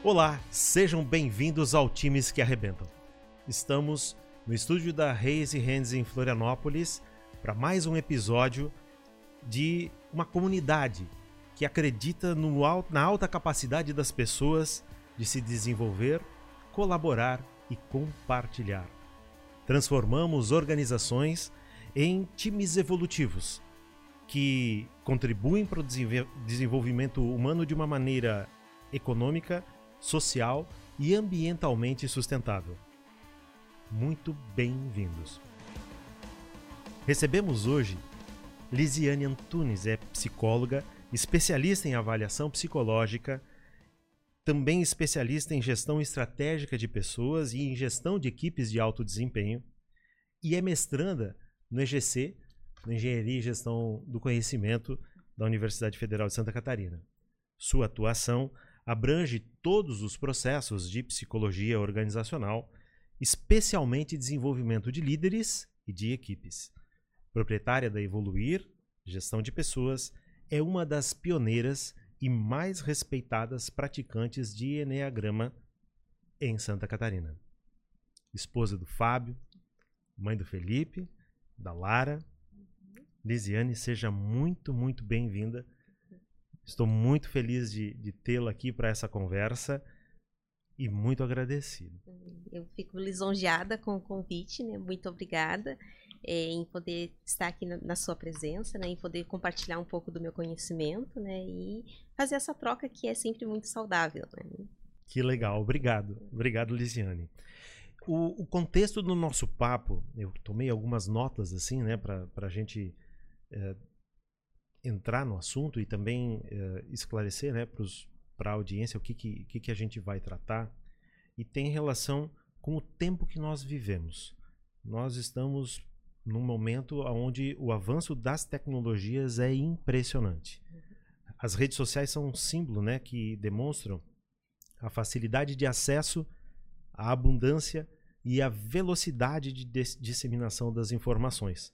Olá, sejam bem-vindos ao Times que Arrebentam. Estamos no estúdio da Raise Hands em Florianópolis para mais um episódio de uma comunidade que acredita na alta capacidade das pessoas de se desenvolver, colaborar e compartilhar. Transformamos organizações em times evolutivos que contribuem para o desenvolvimento humano de uma maneira econômica, social e ambientalmente sustentável. Muito bem-vindos. Recebemos hoje Lisiane Antunes, é psicóloga, especialista em avaliação psicológica, também especialista em gestão estratégica de pessoas e em gestão de equipes de alto desempenho, e é mestranda no EGC, na Engenharia e Gestão do Conhecimento da Universidade Federal de Santa Catarina. Sua atuação abrange todos os processos de psicologia organizacional, especialmente desenvolvimento de líderes e de equipes. Proprietária da Evoluir, Gestão de Pessoas, é uma das pioneiras e mais respeitadas praticantes de Eneagrama em Santa Catarina. Esposa do Fábio, mãe do Felipe, da Lara. Lisiane, seja muito, muito bem-vinda. Estou muito feliz de tê-la aqui para essa conversa e muito agradecido. Eu fico lisonjeada com o convite, né? Muito obrigada em poder estar aqui na sua presença, né? Em poder compartilhar um pouco do meu conhecimento, né? E fazer essa troca que é sempre muito saudável, né? Que legal, obrigado. Obrigado, Lisiane. O contexto do nosso papo, eu tomei algumas notas assim, né? Para a gente entrar no assunto e também esclarecer, né, para a audiência o que a gente vai tratar, e tem relação com o tempo que nós vivemos. Nós estamos num momento onde o avanço das tecnologias é impressionante. As redes sociais são um símbolo, né, que demonstram a facilidade de acesso, a abundância e a velocidade de disseminação das informações.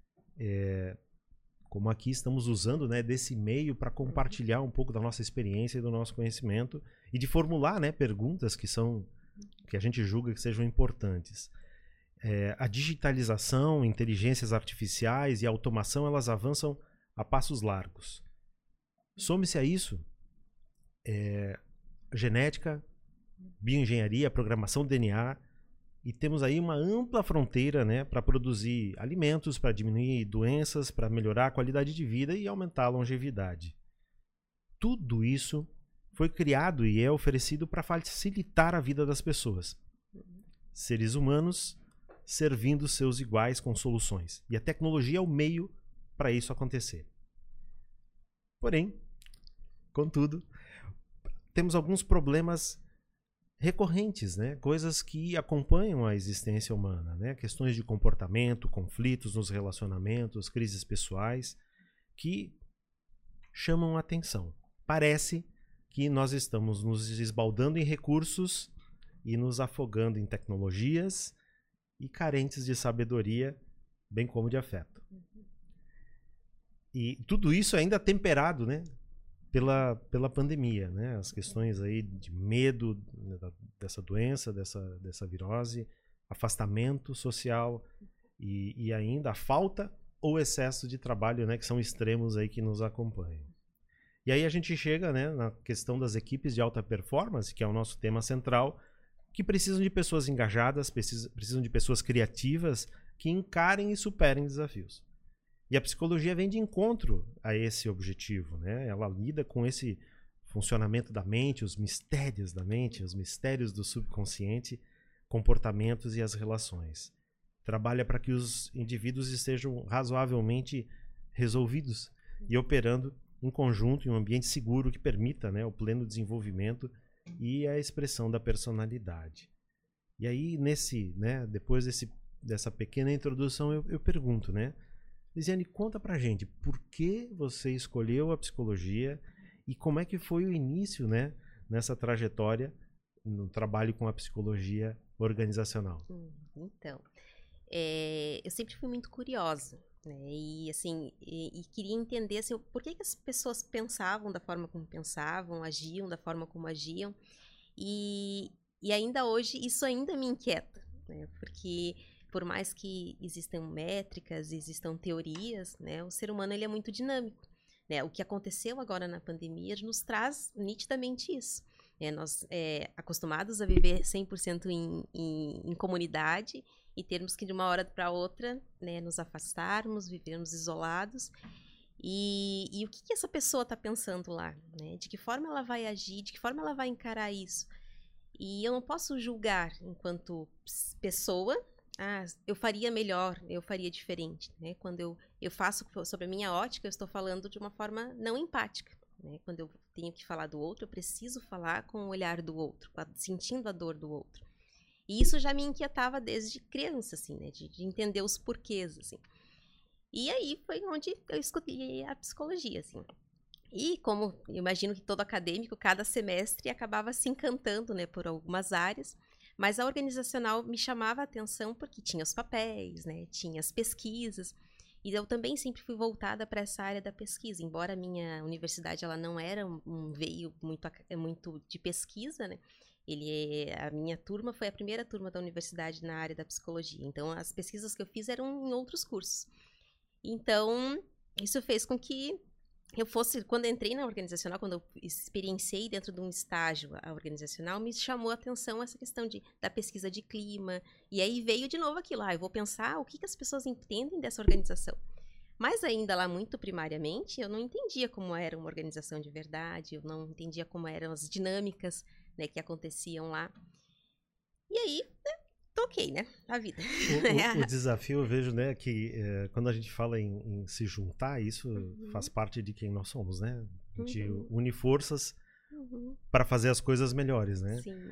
Como aqui estamos usando, né, desse meio para compartilhar um pouco da nossa experiência e do nosso conhecimento e de formular, né, perguntas que a gente julga que sejam importantes. A digitalização, inteligências artificiais e automação, elas avançam a passos largos. Some-se a isso genética, bioengenharia, programação DNA, e temos aí uma ampla fronteira, né, para produzir alimentos, para diminuir doenças, para melhorar a qualidade de vida e aumentar a longevidade. Tudo isso foi criado e é oferecido para facilitar a vida das pessoas. Seres humanos servindo seus iguais com soluções. E a tecnologia é o meio para isso acontecer. Porém, contudo, temos alguns problemas recorrentes, né? Coisas que acompanham a existência humana, né? Questões de comportamento, conflitos nos relacionamentos, crises pessoais, que chamam a atenção. Parece que nós estamos nos esbaldando em recursos e nos afogando em tecnologias e carentes de sabedoria, bem como de afeto. E tudo isso ainda temperado, né, pela pandemia, né? As questões aí de medo dessa doença, dessa virose, afastamento social e ainda a falta ou excesso de trabalho, né, que são extremos aí que nos acompanham. E aí a gente chega, né, na questão das equipes de alta performance, que é o nosso tema central, que precisam de pessoas engajadas, precisam de pessoas criativas que encarem e superem desafios. E a psicologia vem de encontro a esse objetivo, né? Ela lida com esse funcionamento da mente, os mistérios da mente, os mistérios do subconsciente, comportamentos e as relações. Trabalha para que os indivíduos estejam razoavelmente resolvidos e operando em conjunto em um ambiente seguro que permita, né, o pleno desenvolvimento e a expressão da personalidade. E aí, depois dessa pequena introdução, eu pergunto, né? Lisiane, conta pra gente, por que você escolheu a psicologia e como é que foi o início, né, nessa trajetória no trabalho com a psicologia organizacional? Então, eu sempre fui muito curiosa, né? E assim, e queria entender assim, por que as pessoas pensavam da forma como pensavam, agiam da forma como agiam. E ainda hoje, isso ainda me inquieta, né? Porque por mais que existam métricas, existam teorias, né? O ser humano ele é muito dinâmico, né? O que aconteceu agora na pandemia nos traz nitidamente isso. Nós, acostumados a viver 100% em comunidade e termos que de uma hora para outra, né, nos afastarmos, vivermos isolados. E o que essa pessoa está pensando lá, né? De que forma ela vai agir, de que forma ela vai encarar isso? E eu não posso julgar enquanto pessoa, eu faria melhor, eu faria diferente, né? Quando eu faço sobre a minha ótica, eu estou falando de uma forma não empática, né? Quando eu tenho que falar do outro, eu preciso falar com o olhar do outro, sentindo a dor do outro. E isso já me inquietava desde criança, assim, né? De entender os porquês, assim. E aí foi onde eu escolhi a psicologia, assim. E como eu imagino que todo acadêmico, cada semestre acabava se encantando, né, por algumas áreas, mas a organizacional me chamava a atenção porque tinha os papéis, né, tinha as pesquisas, e eu também sempre fui voltada para essa área da pesquisa, embora a minha universidade ela não era um veio muito de pesquisa, né, a minha turma foi a primeira turma da universidade na área da psicologia, então as pesquisas que eu fiz eram em outros cursos. Então, isso fez com que quando eu entrei na organizacional, quando eu experienciei dentro de um estágio a organizacional, me chamou a atenção essa questão da pesquisa de clima, e aí veio de novo aquilo, eu vou pensar o que as pessoas entendem dessa organização. Mas ainda lá muito primariamente, eu não entendia como era uma organização de verdade, eu não entendia como eram as dinâmicas, né, que aconteciam lá. E aí, toquei, né, a vida. O desafio, eu vejo, né, que quando a gente fala em se juntar, isso faz parte de quem nós somos, né? A gente une forças para fazer as coisas melhores, né? Sim.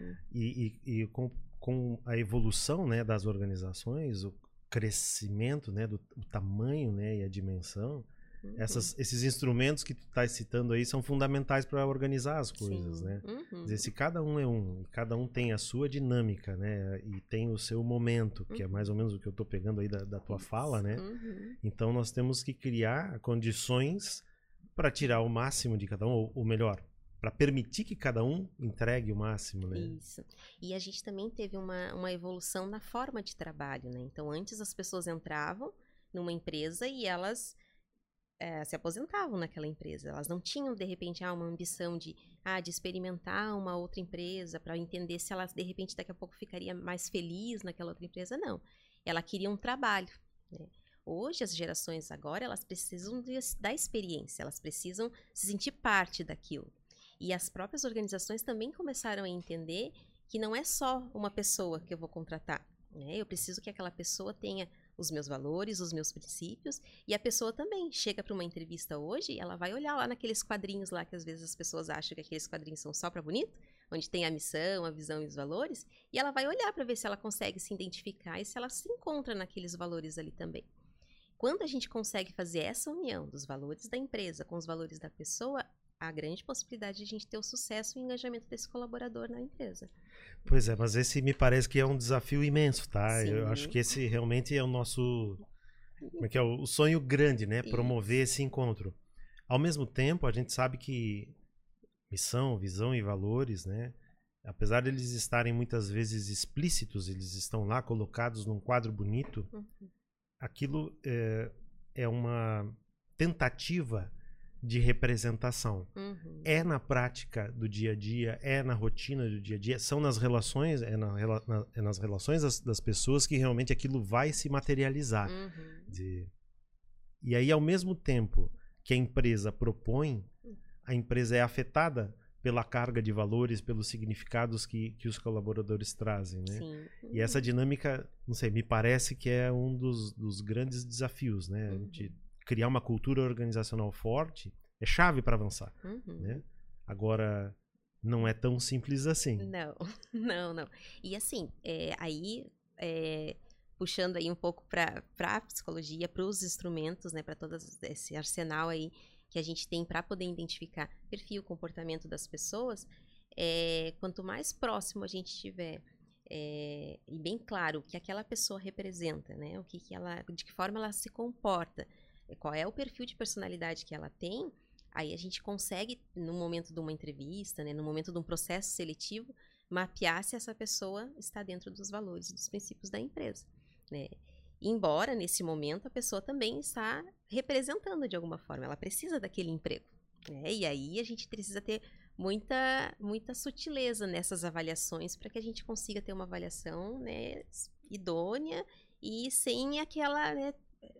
E com a evolução, né, das organizações, o crescimento, né, do tamanho, né, e a dimensão, esses instrumentos que tu tá citando aí são fundamentais para organizar as coisas, né? Quer dizer, se cada um é e cada um tem a sua dinâmica, né? E tem o seu momento, que é mais ou menos o que eu tô pegando aí da tua fala, né? Então nós temos que criar condições para tirar o máximo de cada um, ou melhor, para permitir que cada um entregue o máximo, né? Isso. E a gente também teve uma evolução na forma de trabalho, né? Então antes as pessoas entravam numa empresa e elas se aposentavam naquela empresa. Elas não tinham, de repente, uma ambição de experimentar uma outra empresa para entender se ela, de repente, daqui a pouco ficaria mais feliz naquela outra empresa. Não. Ela queria um trabalho, né? Hoje, as gerações agora, elas precisam da experiência, elas precisam se sentir parte daquilo. E as próprias organizações também começaram a entender que não é só uma pessoa que eu vou contratar, né? Eu preciso que aquela pessoa tenha os meus valores, os meus princípios, e a pessoa também chega para uma entrevista hoje, ela vai olhar lá naqueles quadrinhos lá, que às vezes as pessoas acham que aqueles quadrinhos são só para bonito, onde tem a missão, a visão e os valores, e ela vai olhar para ver se ela consegue se identificar e se ela se encontra naqueles valores ali também. Quando a gente consegue fazer essa união dos valores da empresa com os valores da pessoa, há grande possibilidade de a gente ter o sucesso e o engajamento desse colaborador na empresa. Pois é, mas esse me parece que é um desafio imenso, tá? Sim. Eu acho que esse realmente é o nosso, como é que é, o sonho grande, né? Promover esse encontro. Ao mesmo tempo, a gente sabe que missão, visão e valores, né? Apesar de eles estarem muitas vezes explícitos, eles estão lá colocados num quadro bonito, aquilo é uma tentativa de representação. É na prática do dia a dia, é na rotina do dia a dia, são nas relações, nas relações das pessoas que realmente aquilo vai se materializar. E aí, ao mesmo tempo que a empresa propõe, a empresa é afetada pela carga de valores, pelos significados que os colaboradores trazem, né? E essa dinâmica, não sei, me parece que é um dos grandes desafios, né? De criar uma cultura organizacional forte é chave para avançar, né? Agora, não é tão simples assim. Não. E assim, puxando aí um pouco para a psicologia, para os instrumentos, né, para todo esse arsenal aí que a gente tem para poder identificar perfil, comportamento das pessoas, quanto mais próximo a gente estiver e bem claro o que aquela pessoa representa, né, de que forma ela se comporta, qual é o perfil de personalidade que ela tem, aí a gente consegue, no momento de uma entrevista, né, no momento de um processo seletivo, mapear se essa pessoa está dentro dos valores e dos princípios da empresa, né? Embora, nesse momento, a pessoa também está representando de alguma forma, ela precisa daquele emprego, né? E aí a gente precisa ter muita sutileza nessas avaliações para que a gente consiga ter uma avaliação, né, idônea e sem aquela, né,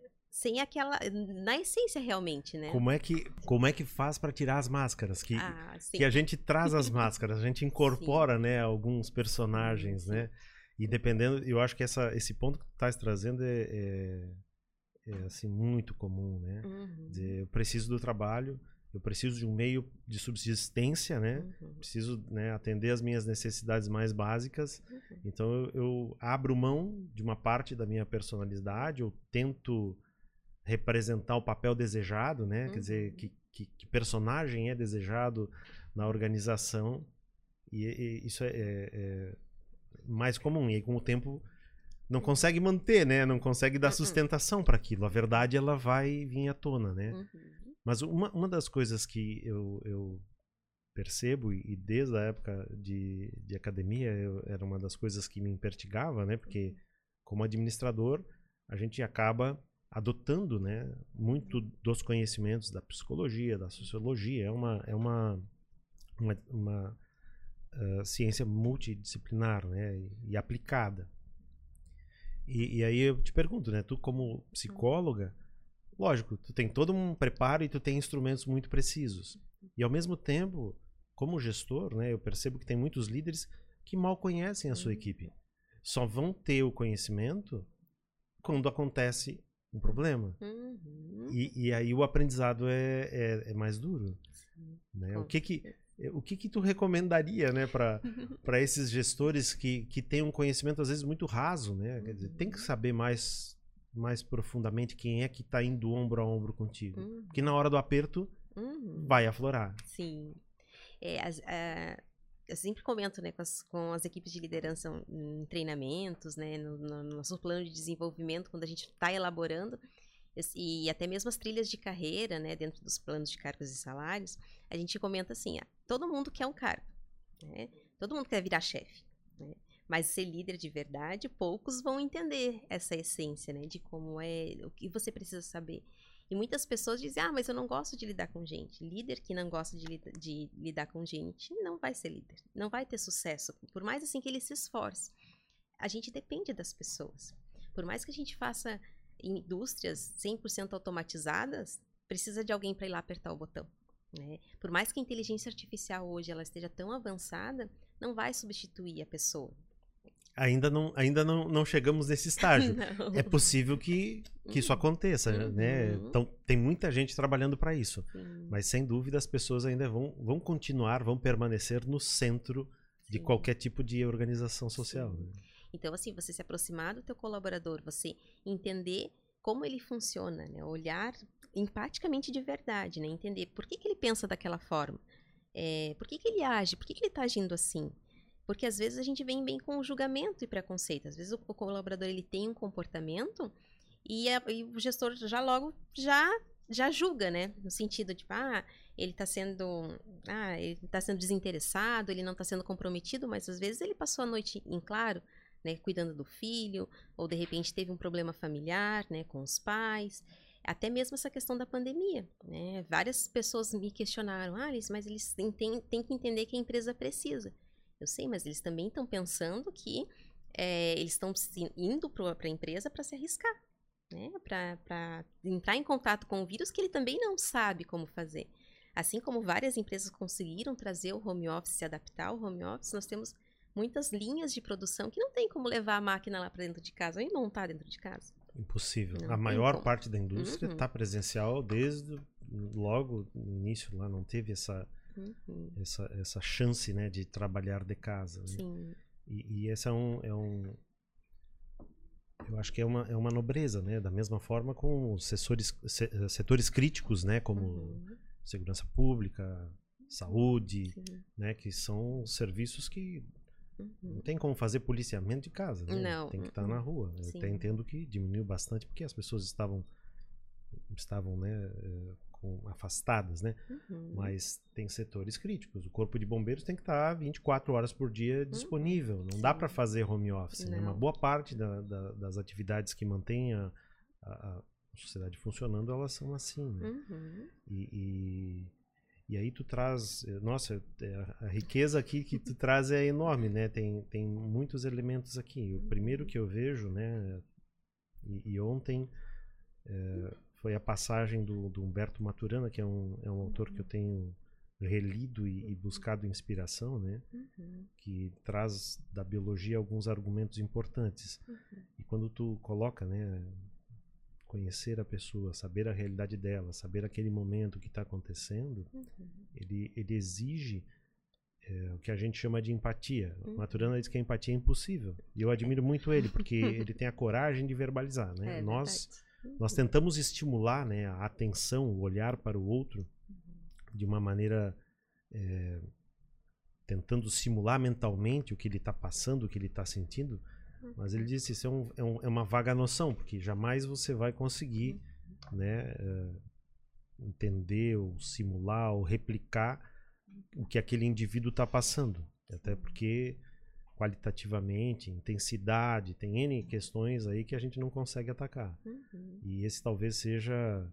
na essência realmente, né? Como é que faz para tirar as máscaras? Sim. Que a gente traz as máscaras, a gente incorpora, Sim. né, alguns personagens, Sim. né? E dependendo, eu acho que esse ponto que tu estás trazendo é assim, muito comum, né? Eu preciso do trabalho, eu preciso de um meio de subsistência, né? Preciso, né, atender as minhas necessidades mais básicas. Então eu abro mão de uma parte da minha personalidade, eu tento representar o papel desejado, né? Quer dizer, que personagem é desejado na organização, e isso é mais comum. E aí, com o tempo, não consegue manter, né? Não consegue dar sustentação para aquilo. A verdade, ela vai vir à tona, né? Mas uma das coisas que eu percebo, e desde a época de academia, era uma das coisas que me impertigava, né? Porque, como administrador, a gente acaba adotando, né, muito dos conhecimentos da psicologia, da sociologia. É uma ciência multidisciplinar, né, e aplicada. E aí eu te pergunto, né, tu como psicóloga, lógico, tu tem todo um preparo e tu tem instrumentos muito precisos. E ao mesmo tempo, como gestor, né, eu percebo que tem muitos líderes que mal conhecem a sua equipe. Só vão ter o conhecimento quando acontece um problema. E aí o aprendizado é mais duro. Né? O que tu recomendaria, né, para esses gestores que têm um conhecimento às vezes muito raso, né? Quer dizer, tem que saber mais profundamente quem é que está indo ombro a ombro contigo. Porque na hora do aperto vai aflorar. Sim. Eu sempre comento, né, com as equipes de liderança em treinamentos, né, no nosso plano de desenvolvimento, quando a gente está elaborando, e até mesmo as trilhas de carreira, né, dentro dos planos de cargos e salários, a gente comenta assim, todo mundo quer um cargo, né? Todo mundo quer virar chefe, né? Mas ser líder de verdade, poucos vão entender essa essência, né, de como é, o que você precisa saber. E muitas pessoas dizem, mas eu não gosto de lidar com gente. Líder que não gosta de lidar com gente não vai ser líder, não vai ter sucesso, por mais assim que ele se esforce. A gente depende das pessoas. Por mais que a gente faça indústrias 100% automatizadas, precisa de alguém para ir lá apertar o botão, né? Por mais que a inteligência artificial hoje ela esteja tão avançada, não vai substituir a pessoa. Ainda não chegamos nesse estágio. Não. É possível que isso aconteça, né? Então, tem muita gente trabalhando para isso. Mas, sem dúvida, as pessoas ainda vão continuar, vão permanecer no centro de qualquer tipo de organização social. Né? Então, assim, você se aproximar do teu colaborador, você entender como ele funciona, né? Olhar empaticamente de verdade, né? Entender por que ele pensa daquela forma, por que ele age, por que ele está agindo assim. Porque às vezes a gente vem bem com julgamento e preconceito. Às vezes o colaborador ele tem um comportamento e o gestor já julga, né? No sentido de, ele está sendo desinteressado, ele não está sendo comprometido, mas às vezes ele passou a noite em claro, né, cuidando do filho, ou de repente teve um problema familiar, né, com os pais. Até mesmo essa questão da pandemia, né? Várias pessoas me questionaram, Alice, mas eles têm que entender que a empresa precisa. Eu sei, mas eles também estão pensando que eles estão indo para a empresa para se arriscar, né? Para entrar em contato com o vírus que ele também não sabe como fazer. Assim como várias empresas conseguiram trazer o home office, se adaptar ao home office, nós temos muitas linhas de produção que não tem como levar a máquina lá para dentro de casa e montar dentro de casa. Impossível. A maior parte da indústria está presencial desde logo no início lá, não teve essa chance, né, de trabalhar de casa. Né? Sim. E esse eu acho que é uma nobreza, né? Da mesma forma com os setores críticos, né? Como segurança pública, saúde, né? Que são serviços que não tem como fazer policiamento de casa, né? Não. Tem que estar na rua. Eu até entendo que diminuiu bastante porque as pessoas estavam estavam, né, afastadas, né? Uhum. Mas tem setores críticos. O Corpo de Bombeiros tem que estar 24 horas por dia disponível. Não dá Sim. para fazer home office. Né? Uma Não. boa parte das atividades que mantêm a sociedade funcionando, elas são assim. Né? Uhum. E aí tu traz... Nossa, a riqueza aqui que tu traz é enorme, né? Tem muitos elementos aqui. O primeiro que eu vejo, né? E ontem... foi a passagem do Humberto Maturana, que é um autor que eu tenho relido e buscado inspiração, né? Uhum. Que traz da biologia alguns argumentos importantes. Uhum. E quando tu coloca, né, conhecer a pessoa, saber a realidade dela, saber aquele momento que está acontecendo, ele exige o que a gente chama de empatia. Maturana diz que a empatia é impossível. E eu admiro muito ele, porque ele tem a coragem de verbalizar, né? Nós tentamos estimular, né, a atenção, o olhar para o outro de uma maneira tentando simular mentalmente o que ele está passando, o que ele está sentindo, mas ele disse isso é uma vaga noção, porque jamais você vai conseguir, né, entender ou simular ou replicar o que aquele indivíduo está passando, até porque qualitativamente, intensidade, tem N questões aí que a gente não consegue atacar. E esse talvez seja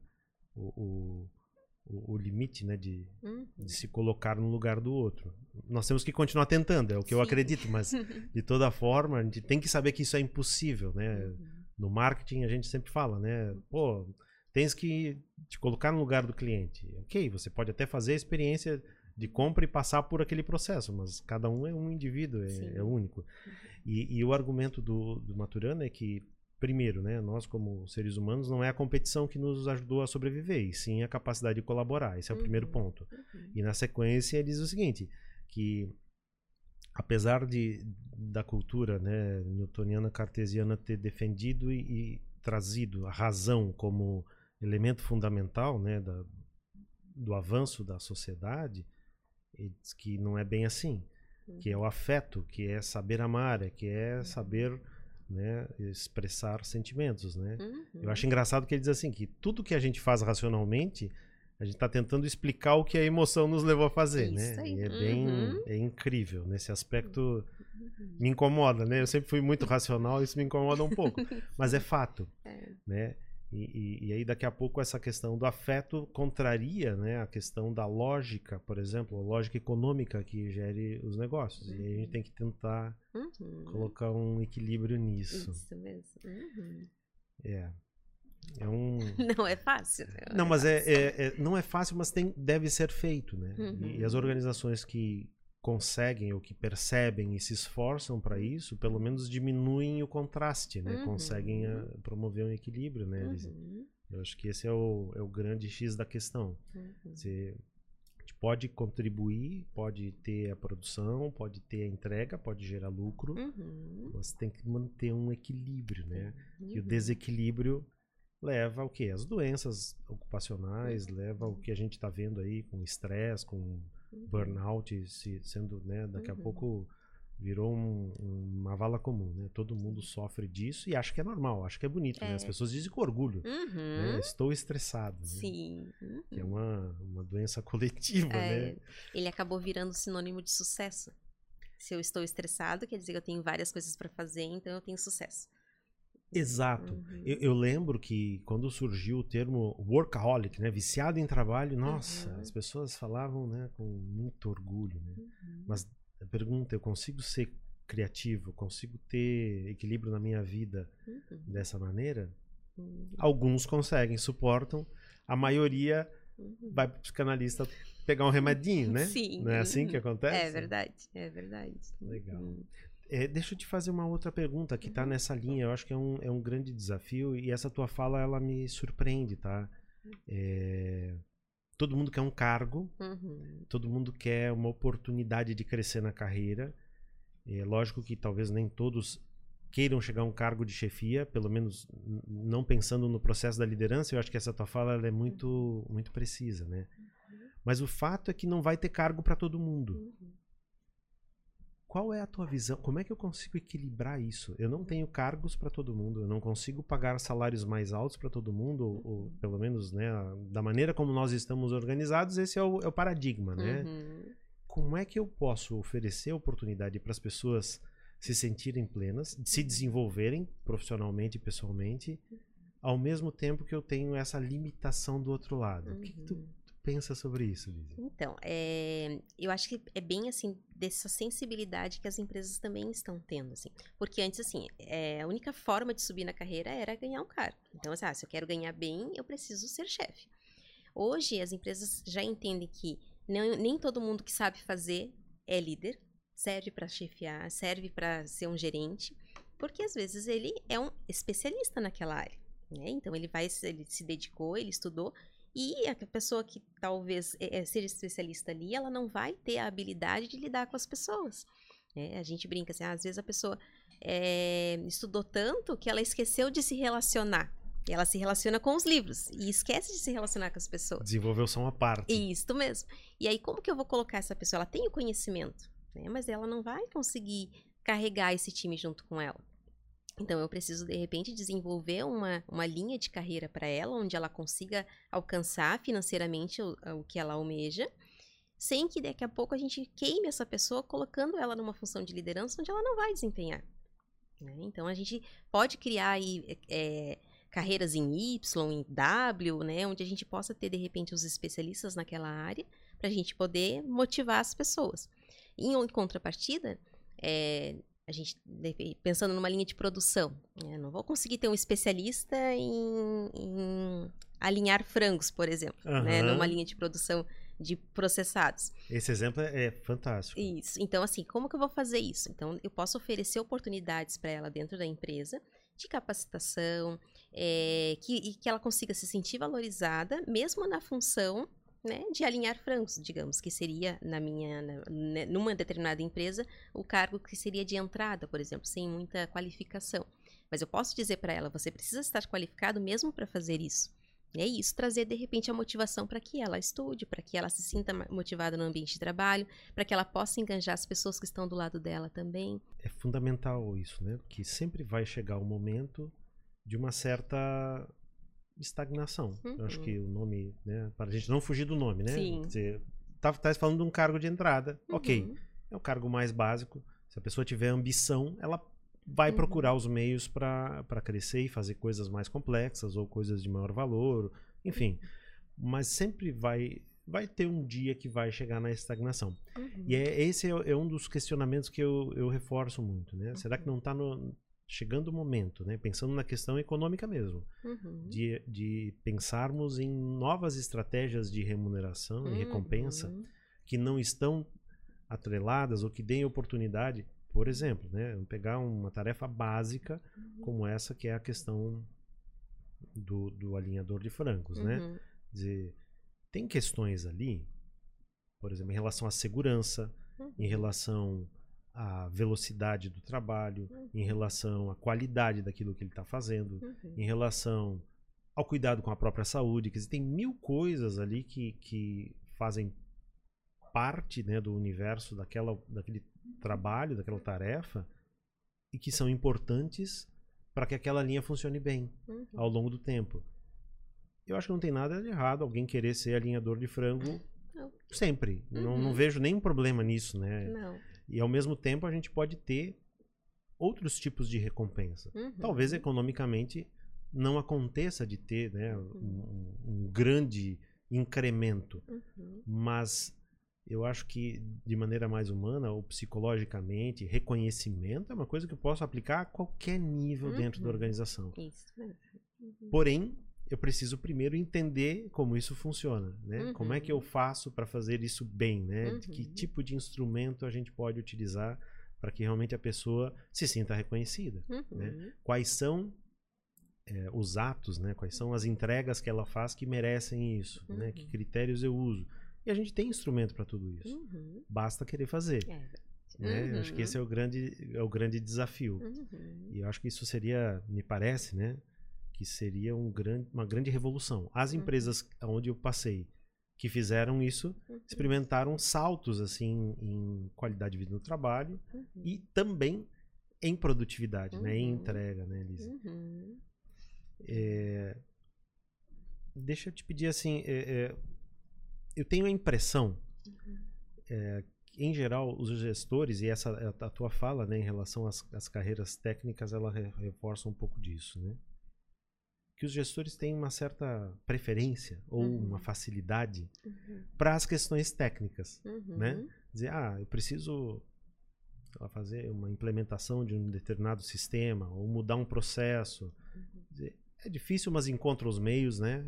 o limite, né, de se colocar no lugar do outro. Nós temos que continuar tentando, é o que eu acredito, mas de toda forma a gente tem que saber que isso é impossível, né? No marketing a gente sempre fala, né? Pô, tens que te colocar no lugar do cliente. Ok, você pode até fazer a experiência de compra e passar por aquele processo, mas cada um é um indivíduo, é único. E o argumento do Maturana é que, primeiro, né, nós como seres humanos, não é a competição que nos ajudou a sobreviver, e sim a capacidade de colaborar. Esse é o primeiro ponto. E na sequência ele diz o seguinte, que apesar da cultura, né, newtoniana cartesiana ter defendido e trazido a razão como elemento fundamental, né, do avanço da sociedade, ele diz que não é bem assim, que é o afeto, que é saber amar, que é saber, né, expressar sentimentos, né? Eu acho engraçado que ele diz assim, que tudo que a gente faz racionalmente, a gente está tentando explicar o que a emoção nos levou a fazer, né? E é bem, é incrível, nesse aspecto me incomoda, né? Eu sempre fui muito racional, isso me incomoda um pouco, mas é fato, né? E aí daqui a pouco essa questão do afeto contraria, né, a questão da lógica, por exemplo, a lógica econômica que gere os negócios. E aí a gente tem que tentar colocar um equilíbrio nisso. Isso mesmo. Não é fácil. Não, mas não é fácil, mas deve ser feito, né? E as organizações que conseguem ou que percebem e se esforçam para isso, pelo menos diminuem o contraste, né? Conseguem promover um equilíbrio, né? Eu acho que esse é o grande X da questão. A gente pode contribuir, pode ter a produção, pode ter a entrega, pode gerar lucro, mas tem que manter um equilíbrio, né? E o desequilíbrio leva ao quê? As doenças ocupacionais, leva ao que a gente está vendo aí com estresse, com burnout, sendo, né, daqui a pouco virou uma vala comum, né? Todo mundo sofre disso e acha que é normal, acha que é bonito, né? As pessoas dizem com orgulho, né? Estou estressado, né? Sim. Que é uma doença coletiva, né? Ele acabou virando sinônimo de sucesso. Se eu estou estressado, quer dizer que eu tenho várias coisas para fazer, então eu tenho sucesso. Exato. Eu lembro que quando surgiu o termo workaholic, né, viciado em trabalho, nossa, as pessoas falavam, né, com muito orgulho, né? Mas a pergunta, eu consigo ser criativo, consigo ter equilíbrio na minha vida dessa maneira? Alguns conseguem, suportam, a maioria vai para o psicanalista pegar um remedinho, né? Sim. Não é assim que acontece? É verdade. Legal. Deixa eu te fazer uma outra pergunta que está nessa linha. Eu acho que é um grande desafio e essa tua fala ela me surpreende, tá? Todo mundo quer um cargo, todo mundo quer uma oportunidade de crescer na carreira. É lógico que talvez nem todos queiram chegar a um cargo de chefia, pelo menos não pensando no processo da liderança. Eu acho que essa tua fala ela é muito, muito precisa, né? Mas o fato é que não vai ter cargo para todo mundo. qual é a tua visão? Como é que eu consigo equilibrar isso? Eu não tenho cargos para todo mundo, eu não consigo pagar salários mais altos para todo mundo, ou pelo menos, né, da maneira como nós estamos organizados, esse é o paradigma, né? Como é que eu posso oferecer oportunidade para as pessoas se sentirem plenas, se desenvolverem profissionalmente e pessoalmente, ao mesmo tempo que eu tenho essa limitação do outro lado? O que tu pensa sobre isso, Lizzy? Então, eu acho que é bem assim, dessa sensibilidade que as empresas também estão tendo, assim. Porque antes, assim, a única forma de subir na carreira era ganhar um cargo. Então, assim, se eu quero ganhar bem, eu preciso ser chefe. Hoje, as empresas já entendem que nem todo mundo que sabe fazer é líder, serve para chefiar, serve para ser um gerente, porque às vezes ele é um especialista naquela área, né? Então, ele se dedicou, ele estudou, e a pessoa que talvez seja especialista ali, ela não vai ter a habilidade de lidar com as pessoas. A gente brinca assim, às vezes a pessoa estudou tanto que ela esqueceu de se relacionar. Ela se relaciona com os livros e esquece de se relacionar com as pessoas. Desenvolveu só uma parte. Isso mesmo. E aí, como que eu vou colocar essa pessoa? Ela tem o conhecimento, né? Mas ela não vai conseguir carregar esse time junto com ela. Então, eu preciso, de repente, desenvolver uma linha de carreira para ela, onde ela consiga alcançar financeiramente o que ela almeja, sem que daqui a pouco a gente queime essa pessoa, colocando ela numa função de liderança onde ela não vai desempenhar, né? Então, a gente pode criar aí carreiras em Y, em W, né? Onde a gente possa ter, de repente, os especialistas naquela área, para a gente poder motivar as pessoas. E, em contrapartida, a gente, pensando numa linha de produção, não vou conseguir ter um especialista em alinhar frangos, por exemplo, né, numa linha de produção de processados. Esse exemplo é fantástico. Isso. Então, assim, como que eu vou fazer isso? Então, eu posso oferecer oportunidades para ela dentro da empresa, de capacitação, que ela consiga se sentir valorizada, mesmo na função, né, de alinhar frangos, digamos, que seria numa determinada empresa, o cargo que seria de entrada, por exemplo, sem muita qualificação. Mas eu posso dizer para ela, você precisa estar qualificado mesmo para fazer isso. É isso, trazer de repente a motivação para que ela estude, para que ela se sinta motivada no ambiente de trabalho, para que ela possa enganjar as pessoas que estão do lado dela também. É fundamental isso, né? Porque sempre vai chegar o momento de uma certa estagnação. Eu acho que o nome, né, para a gente não fugir do nome, né? Sim. Você tá falando de um cargo de entrada, ok, é o cargo mais básico. Se a pessoa tiver ambição, ela vai procurar os meios para crescer e fazer coisas mais complexas ou coisas de maior valor, enfim. Mas sempre vai ter um dia que vai chegar na estagnação. E esse é um dos questionamentos que eu reforço muito, né? Será que não está chegando o momento, né? Pensando na questão econômica mesmo, de pensarmos em novas estratégias de remuneração e recompensa que não estão atreladas ou que deem oportunidade, por exemplo, né? Vamos pegar uma tarefa básica como essa, que é a questão do alinhador de frangos, né? Quer dizer, tem questões ali, por exemplo, em relação à segurança, em relação à velocidade do trabalho, em relação à qualidade daquilo que ele está fazendo, em relação ao cuidado com a própria saúde. Quer dizer, tem mil coisas ali que fazem parte, né, do universo daquele trabalho, daquela tarefa, e que são importantes para que aquela linha funcione bem ao longo do tempo. Eu acho que não tem nada de errado alguém querer ser alinhador de frango sempre. Não vejo nenhum problema nisso, né? Não. E ao mesmo tempo a gente pode ter outros tipos de recompensa. Talvez economicamente não aconteça de ter, né, um grande incremento, mas eu acho que de maneira mais humana ou psicologicamente, reconhecimento é uma coisa que eu posso aplicar a qualquer nível dentro da organização. Isso mesmo. Porém, eu preciso primeiro entender como isso funciona, né? Como é que eu faço para fazer isso bem, né? Que tipo de instrumento a gente pode utilizar para que realmente a pessoa se sinta reconhecida, né? Quais são os atos, né? Quais são as entregas que ela faz que merecem isso, né? Que critérios eu uso? E a gente tem instrumento para tudo isso. Basta querer fazer. Né? Acho que esse é o grande desafio. E eu acho que isso seria, me parece, né, que seria uma grande revolução. As empresas onde eu passei que fizeram isso experimentaram saltos assim em qualidade de vida no trabalho e também em produtividade, né? Em entrega, né, Elisa? Deixa eu te pedir assim, eu tenho a impressão, em geral, os gestores, e essa a tua fala, né, em relação às carreiras técnicas, ela reforça um pouco disso, né? Que os gestores têm uma certa preferência ou uma facilidade para as questões técnicas, né? Dizer, eu preciso fazer uma implementação de um determinado sistema ou mudar um processo. Dizer, é difícil, mas encontra os meios, né?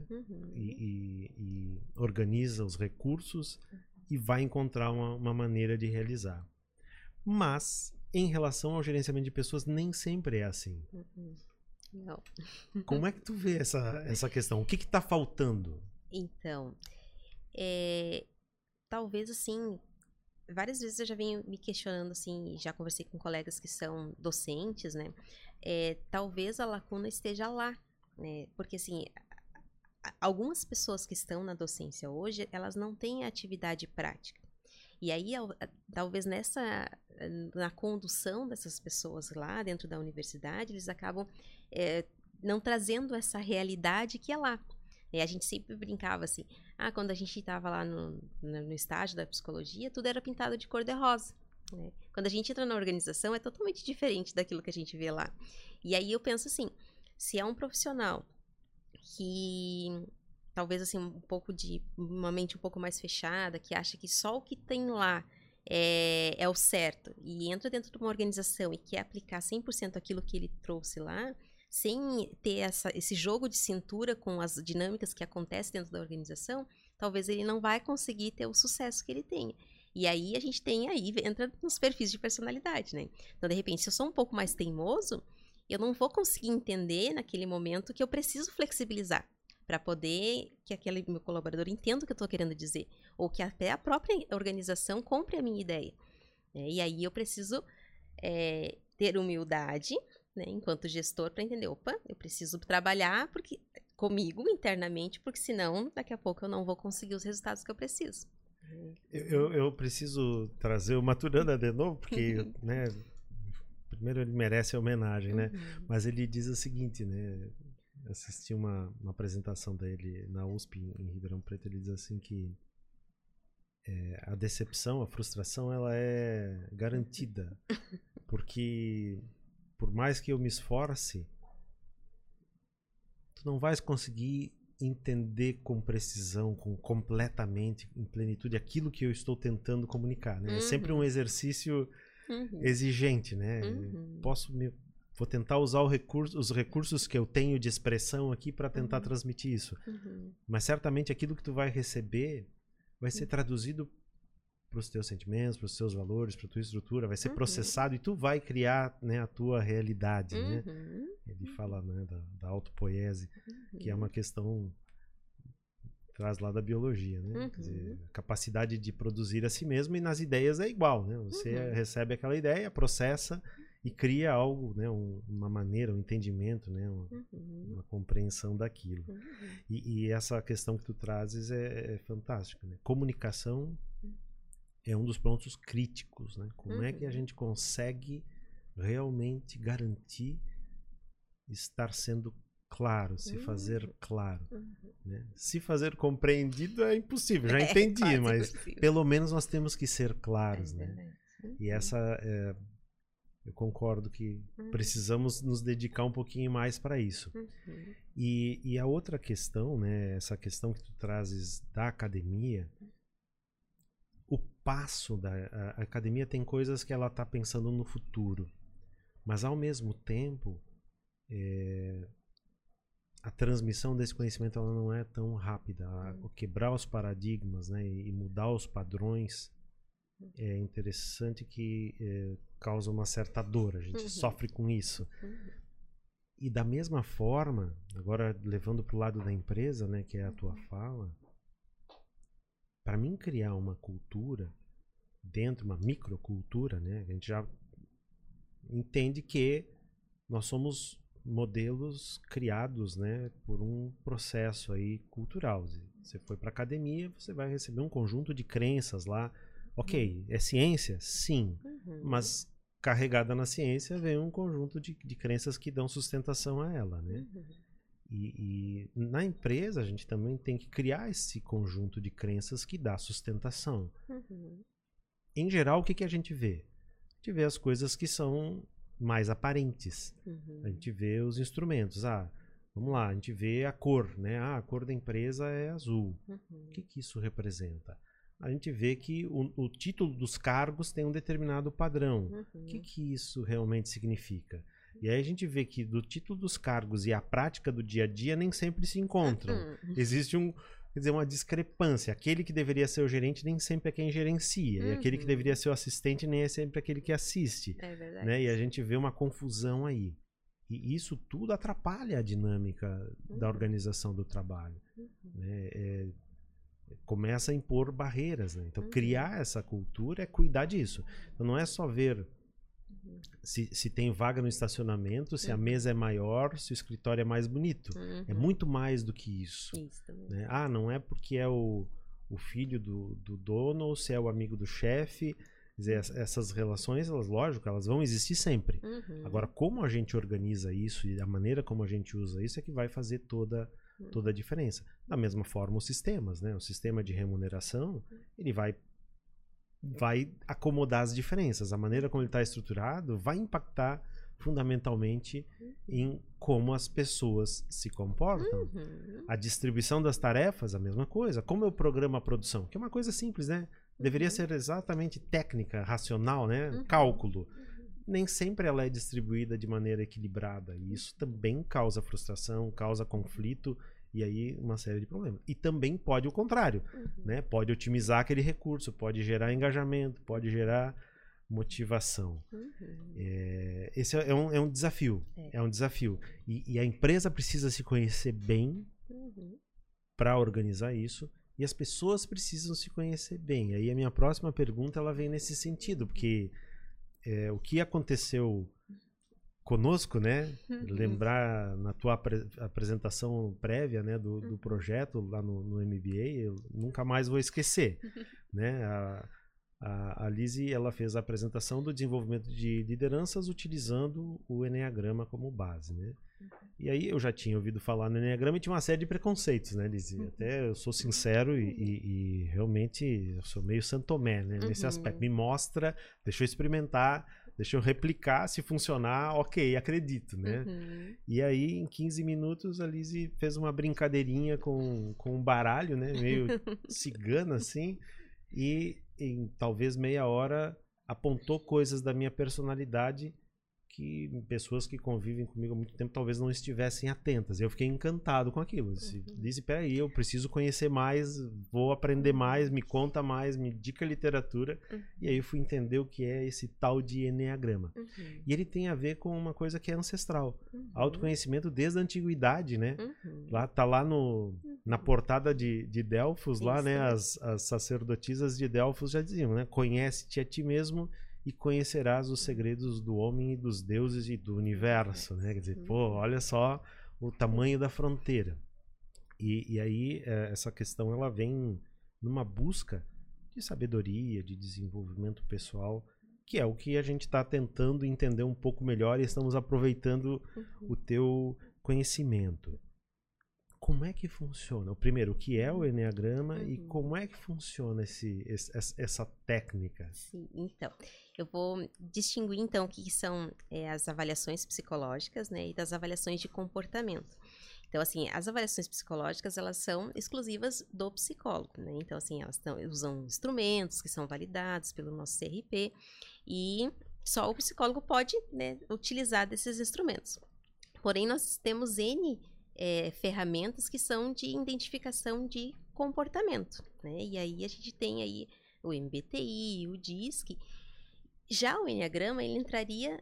E organiza os recursos e vai encontrar uma maneira de realizar. Mas, em relação ao gerenciamento de pessoas, nem sempre é assim. Não. Como é que tu vê essa questão? O que está faltando? Então, talvez assim, várias vezes eu já venho me questionando assim, já conversei com colegas que são docentes, né? Talvez a lacuna esteja lá, né? Porque assim, algumas pessoas que estão na docência hoje, elas não têm atividade prática. E aí, talvez na condução dessas pessoas lá dentro da universidade, eles acabam não trazendo essa realidade que é lá. A gente sempre brincava assim, quando a gente estava lá no estágio da psicologia, tudo era pintado de cor-de-rosa. Né? Quando a gente entra na organização, é totalmente diferente daquilo que a gente vê lá. E aí eu penso assim, se é um profissional que talvez assim uma mente um pouco mais fechada, que acha que só o que tem lá é o certo, e entra dentro de uma organização e quer aplicar 100% aquilo que ele trouxe lá, sem ter esse jogo de cintura com as dinâmicas que acontecem dentro da organização, talvez ele não vai conseguir ter o sucesso que ele tenha. E aí a gente entra nos perfis de personalidade, né? Então, de repente, se eu sou um pouco mais teimoso, eu não vou conseguir entender naquele momento que eu preciso flexibilizar para poder que aquele meu colaborador entenda o que eu estou querendo dizer, ou que até a própria organização compre a minha ideia. E aí eu preciso ter humildade, né, enquanto gestor, para entender, eu preciso trabalhar comigo internamente, porque senão daqui a pouco eu não vou conseguir os resultados que eu preciso. Eu preciso trazer o Maturana de novo, porque né, primeiro ele merece a homenagem, né? Mas ele diz o seguinte, né? Assisti uma apresentação dele na USP em Ribeirão Preto. Ele diz assim que a decepção, a frustração, ela é garantida, porque por mais que eu me esforce, tu não vais conseguir entender com precisão, completamente, em plenitude, aquilo que eu estou tentando comunicar, né? É sempre um exercício exigente, né? Vou tentar usar os recursos que eu tenho de expressão aqui para tentar transmitir isso. Mas certamente aquilo que tu vai receber vai ser traduzido para os teus sentimentos, para os teus valores, para a tua estrutura, vai ser processado e tu vai criar, né, a tua realidade, né? Ele fala, né, da autopoiese, que é uma questão traz lá da biologia, né? Quer dizer, a capacidade de produzir a si mesmo, e nas ideias é igual, né? Você recebe aquela ideia, processa e cria algo, né? Uma maneira, um entendimento, né? Uma compreensão daquilo. E essa questão que tu trazes é fantástica, né? Comunicação é um dos pontos críticos, né? Como é que a gente consegue realmente garantir estar sendo claro, se fazer claro, né? Se fazer compreendido é impossível, já entendi, mas impossível. Pelo menos nós temos que ser claros, né? E essa eu concordo que precisamos nos dedicar um pouquinho mais para isso. E a outra questão, né? Essa questão que tu trazes da academia, o passo a academia tem coisas que ela está pensando no futuro, mas ao mesmo tempo a transmissão desse conhecimento ela não é tão rápida. Quebrar os paradigmas, né, e mudar os padrões é interessante, que causa uma certa dor. A gente sofre com isso. E da mesma forma, agora levando para o lado da empresa, né, que é a tua fala, para mim criar uma cultura dentro, uma microcultura, né, a gente já entende que nós somos modelos criados, né, por um processo aí cultural. Você foi para academia, você vai receber um conjunto de crenças lá. Ok, é ciência? Sim. Mas carregada na ciência vem um conjunto de crenças que dão sustentação a ela, né? E na empresa a gente também tem que criar esse conjunto de crenças que dá sustentação. Em geral, o que a gente vê? A gente vê as coisas que são mais aparentes. A gente vê os instrumentos. Vamos lá, a gente vê a cor, né? A cor da empresa é azul. O que isso representa? A gente vê que o título dos cargos tem um determinado padrão. O que isso realmente significa? E aí a gente vê que do título dos cargos e a prática do dia a dia nem sempre se encontram. Existe uma discrepância. Aquele que deveria ser o gerente nem sempre é quem gerencia. E aquele que deveria ser o assistente nem é sempre aquele que assiste. É verdade. Né? E a gente vê uma confusão aí. E isso tudo atrapalha a dinâmica da organização do trabalho. Né? Começa a impor barreiras. Né? Então, criar essa cultura é cuidar disso. Então, não é só ver se tem vaga no estacionamento, se a mesa é maior, se o escritório é mais bonito. É muito mais do que isso. Né? Não é porque é o filho do dono ou se é o amigo do chefe. Quer dizer, essas relações, lógico, elas vão existir sempre. Agora, como a gente organiza isso e a maneira como a gente usa isso é que vai fazer toda a diferença. Da mesma forma, os sistemas, né? O sistema de remuneração, ele vai acomodar as diferenças. A maneira como ele está estruturado vai impactar fundamentalmente em como as pessoas se comportam. A distribuição das tarefas, a mesma coisa. Como eu programo a produção, que é uma coisa simples, né? Deveria ser exatamente técnica, racional, né? Cálculo. Nem sempre ela é distribuída de maneira equilibrada. E isso também causa frustração, causa conflito e aí uma série de problemas. E também pode o contrário, né? Pode otimizar aquele recurso, pode gerar engajamento, pode gerar motivação. Esse é um desafio. É um desafio. E a empresa precisa se conhecer bem para organizar isso. E as pessoas precisam se conhecer bem. Aí a minha próxima pergunta ela vem nesse sentido, porque o que aconteceu conosco, né? Lembrar na tua apresentação prévia, né, do projeto lá no MBA, eu nunca mais vou esquecer, né? A Lizzie, ela fez a apresentação do desenvolvimento de lideranças utilizando o Enneagrama como base, né? E aí eu já tinha ouvido falar no Enneagrama e tinha uma série de preconceitos, né, Lizzie? Até eu sou sincero e realmente eu sou meio São Tomé, né, nesse aspecto. Me mostra, deixa eu experimentar, deixa eu replicar, se funcionar, ok, acredito, né? E aí em 15 minutos a Lizzie fez uma brincadeirinha com um baralho, né, meio cigana assim, e em talvez meia hora apontou coisas da minha personalidade que pessoas que convivem comigo há muito tempo talvez não estivessem atentas. Eu fiquei encantado com aquilo. Disse, peraí, eu preciso conhecer mais, vou aprender mais, me conta mais, me indica literatura. E aí eu fui entender o que é esse tal de Enneagrama. E ele tem a ver com uma coisa que é ancestral. Autoconhecimento desde a antiguidade, né? Tá lá na portada de Delfos, lá, né? As sacerdotisas de Delfos já diziam, né? Conhece-te a ti mesmo e conhecerás os segredos do homem e dos deuses e do universo, né? Quer dizer, olha só o tamanho da fronteira. E aí essa questão ela vem numa busca de sabedoria, de desenvolvimento pessoal, que é o que a gente está tentando entender um pouco melhor e estamos aproveitando o teu conhecimento. Como é que funciona? Primeiro, o que é o Enneagrama e como é que funciona essa técnica? Sim, então, eu vou distinguir então o que são as avaliações psicológicas, né, e das avaliações de comportamento. Então, assim, as avaliações psicológicas, elas são exclusivas do psicólogo, né? Então, assim, elas usam instrumentos que são validados pelo nosso CRP e só o psicólogo pode, né, utilizar desses instrumentos. Porém, nós temos ferramentas que são de identificação de comportamento, né? E aí a gente tem aí o MBTI, o DISC. Já o Enneagrama, ele entraria,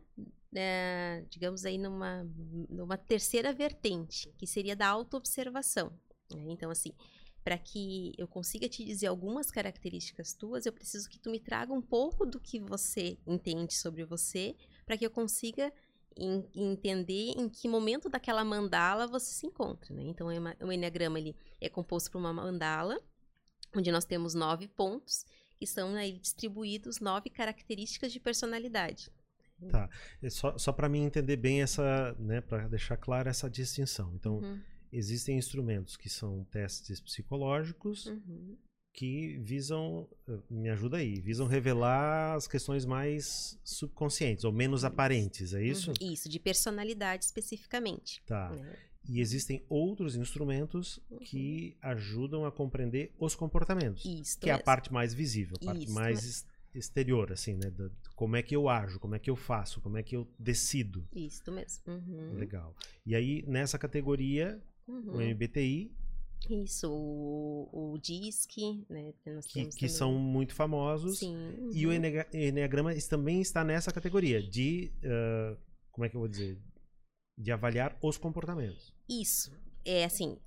digamos aí, numa terceira vertente, que seria da autoobservação, né? Então, assim, para que eu consiga te dizer algumas características tuas, eu preciso que tu me traga um pouco do que você entende sobre você, para que eu consiga em entender em que momento daquela mandala você se encontra, né? Então, o Enneagrama ele é composto por uma mandala, onde nós temos 9 pontos, que são aí distribuídos 9 características de personalidade. Tá. Só para mim entender bem essa, né, para deixar clara essa distinção. Então, existem instrumentos que são testes psicológicos que visam, me ajuda aí, visam revelar as questões mais subconscientes ou menos aparentes, é isso? Isso, de personalidade especificamente. Tá. Né? E existem outros instrumentos que ajudam a compreender os comportamentos, Isso que é a parte mais visível, a parte mais exterior, assim, né? Como é que eu ajo, como é que eu faço, como é que eu decido. Isso mesmo. Legal. E aí, nessa categoria, o MBTI... Isso, o DISC, né? Que são muito famosos. Sim. E o Enneagrama também está nessa categoria de... como é que eu vou dizer? De avaliar os comportamentos. Isso. É assim,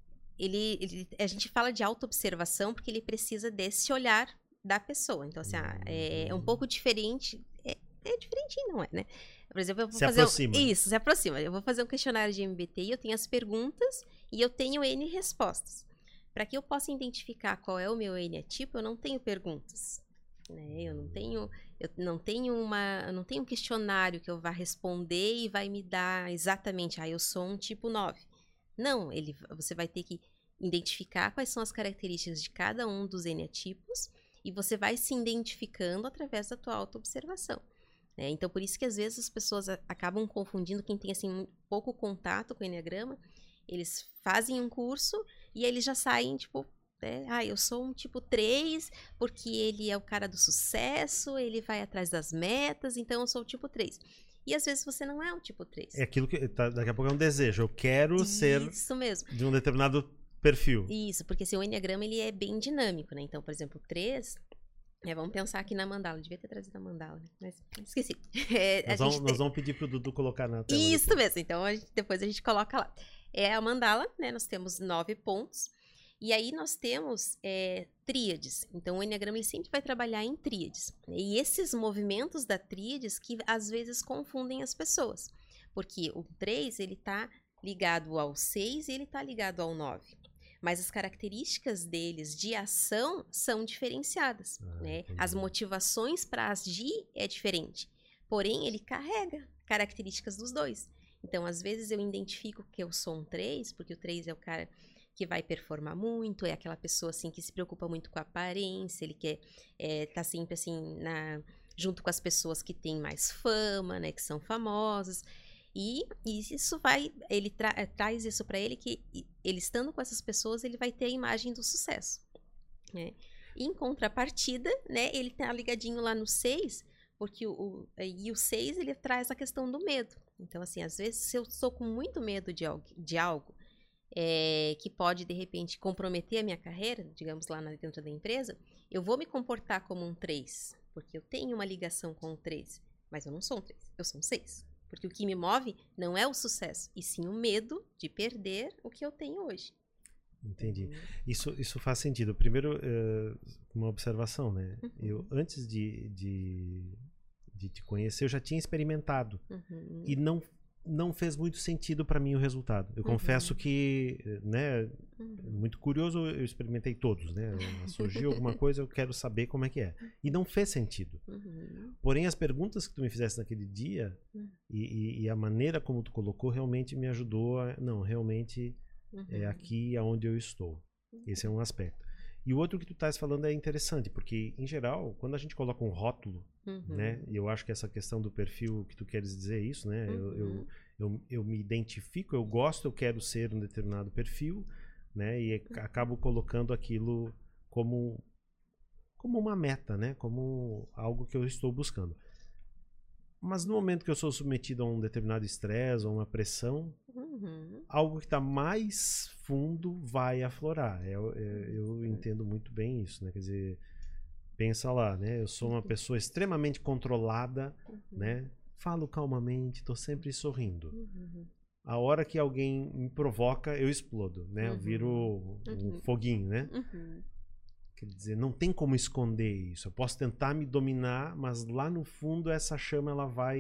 a gente fala de autoobservação porque ele precisa desse olhar da pessoa. Então, assim, é um pouco diferente. É diferentinho, não é, né? Por exemplo, eu vou fazer aproxima. Isso, se aproxima. Eu vou fazer um questionário de MBTI, eu tenho as perguntas e eu tenho N respostas. Para que eu possa identificar qual é o meu N-tipo, eu não tenho perguntas. Né? Eu não tenho um questionário que eu vá responder e vai me dar exatamente, eu sou um tipo 9. Não, você vai ter que identificar quais são as características de cada um dos N-tipos e você vai se identificando através da tua autoobservação. Né? Então, por isso que às vezes as pessoas acabam confundindo quem tem assim pouco contato com o Enneagrama, eles fazem um curso e aí eles já saem, tipo, eu sou um tipo 3, porque ele é o cara do sucesso, ele vai atrás das metas, então eu sou o tipo 3. E às vezes você não é um tipo 3. É aquilo que daqui a pouco é um desejo. Eu quero ser Isso mesmo. De um determinado perfil. Isso, porque assim, o Enneagrama ele é bem dinâmico, né? Então, por exemplo, o 3... vamos pensar aqui na mandala. Eu devia ter trazido a mandala, né? Mas esqueci. Nós vamos pedir pro Dudu colocar na tela. Isso depois. Mesmo. Então, depois a gente coloca lá. É a mandala, né? Nós temos 9 pontos. E aí nós temos tríades. Então, o Enneagrama ele sempre vai trabalhar em tríades. E esses movimentos da tríades que às vezes confundem as pessoas. Porque o 3, ele tá ligado ao 6 e ele tá ligado ao 9. Mas as características deles de ação são diferenciadas, né? As motivações para agir é diferente. Porém, ele carrega características dos dois. Então, às vezes eu identifico que eu sou um 3, porque o 3 é o cara que vai performar muito, é aquela pessoa assim que se preocupa muito com a aparência, ele quer tá sempre assim junto com as pessoas que têm mais fama, né, que são famosas. E isso ele traz isso para ele, que ele estando com essas pessoas, ele vai ter a imagem do sucesso. Né? E em contrapartida, né, ele tá ligadinho lá no 6, porque o 6 ele traz a questão do medo. Então, assim, às vezes, se eu estou com muito medo de algo que pode, de repente, comprometer a minha carreira, digamos lá dentro da empresa, eu vou me comportar como um 3, porque eu tenho uma ligação com o 3, mas eu não sou um 3, eu sou um 6. Porque o que me move não é o sucesso, e sim o medo de perder o que eu tenho hoje. Entendi. Isso faz sentido. Primeiro, uma observação, né? Eu, antes de te conhecer, eu já tinha experimentado. E não fez muito sentido para mim o resultado. Eu confesso que, né, muito curioso, eu experimentei todos, né? Surgiu alguma coisa, eu quero saber como é que é. E não fez sentido. Porém, as perguntas que tu me fizeste naquele dia e a maneira como tu colocou realmente me ajudou a... Não, realmente é aqui aonde eu estou. Esse é um aspecto. E o outro que tu estás falando é interessante, porque, em geral, quando a gente coloca um rótulo, né? E eu acho que essa questão do perfil que tu queres dizer é isso, né? Eu me identifico, eu gosto, eu quero ser um determinado perfil, né? E acabo colocando aquilo como uma meta, né? Como algo que eu estou buscando. Mas no momento que eu sou submetido a um determinado estresse ou uma pressão, algo que está mais fundo vai aflorar. Eu entendo muito bem isso, né? Quer dizer, pensa lá, né? Eu sou uma pessoa extremamente controlada, né? Falo calmamente, estou sempre sorrindo. A hora que alguém me provoca, eu explodo, né? Eu viro um foguinho, né? Quer dizer, não tem como esconder isso. Eu posso tentar me dominar, mas lá no fundo essa chama ela vai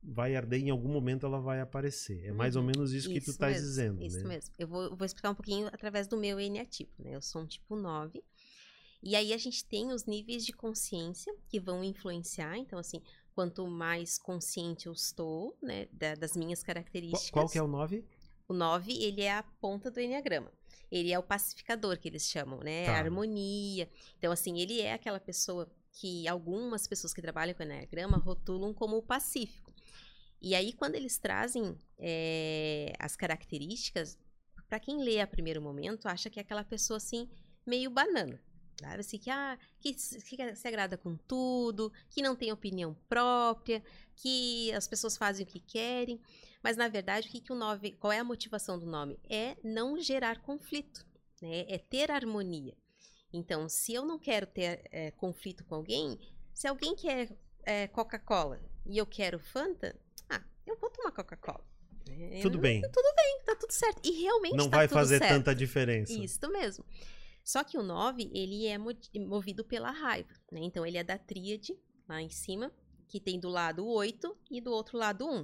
vai arder, em algum momento ela vai aparecer. É mais ou menos isso que tu estás dizendo, isso né? mesmo. Eu vou explicar um pouquinho através do meu eneatipo, né? Eu sou um tipo 9. E aí a gente tem os níveis de consciência que vão influenciar. Então, assim, quanto mais consciente eu estou, né, das minhas características... Qual que é o 9? O 9, ele é a ponta do eneagrama. Ele é o pacificador, que eles chamam, né? Tá. A harmonia. Então, assim, ele é aquela pessoa que algumas pessoas que trabalham com o eneagrama rotulam como o pacífico. E aí, quando eles trazem as características, para quem lê a primeiro momento, acha que é aquela pessoa, assim, meio banana. Sabe? Assim, que se agrada com tudo, que não tem opinião própria, que as pessoas fazem o que querem. Mas, na verdade, o 9, qual é a motivação do nome? É não gerar conflito, né? É ter harmonia. Então, se eu não quero ter conflito com alguém, se alguém quer Coca-Cola e eu quero Fanta, eu vou tomar Coca-Cola. Tudo bem. Tudo bem, tá tudo certo. E realmente não tá vai tudo fazer certo. tanta diferença. Isso mesmo. Só que o 9, ele é movido pela raiva, né? Então, ele é da tríade, lá em cima, que tem do lado 8 e do outro lado 1.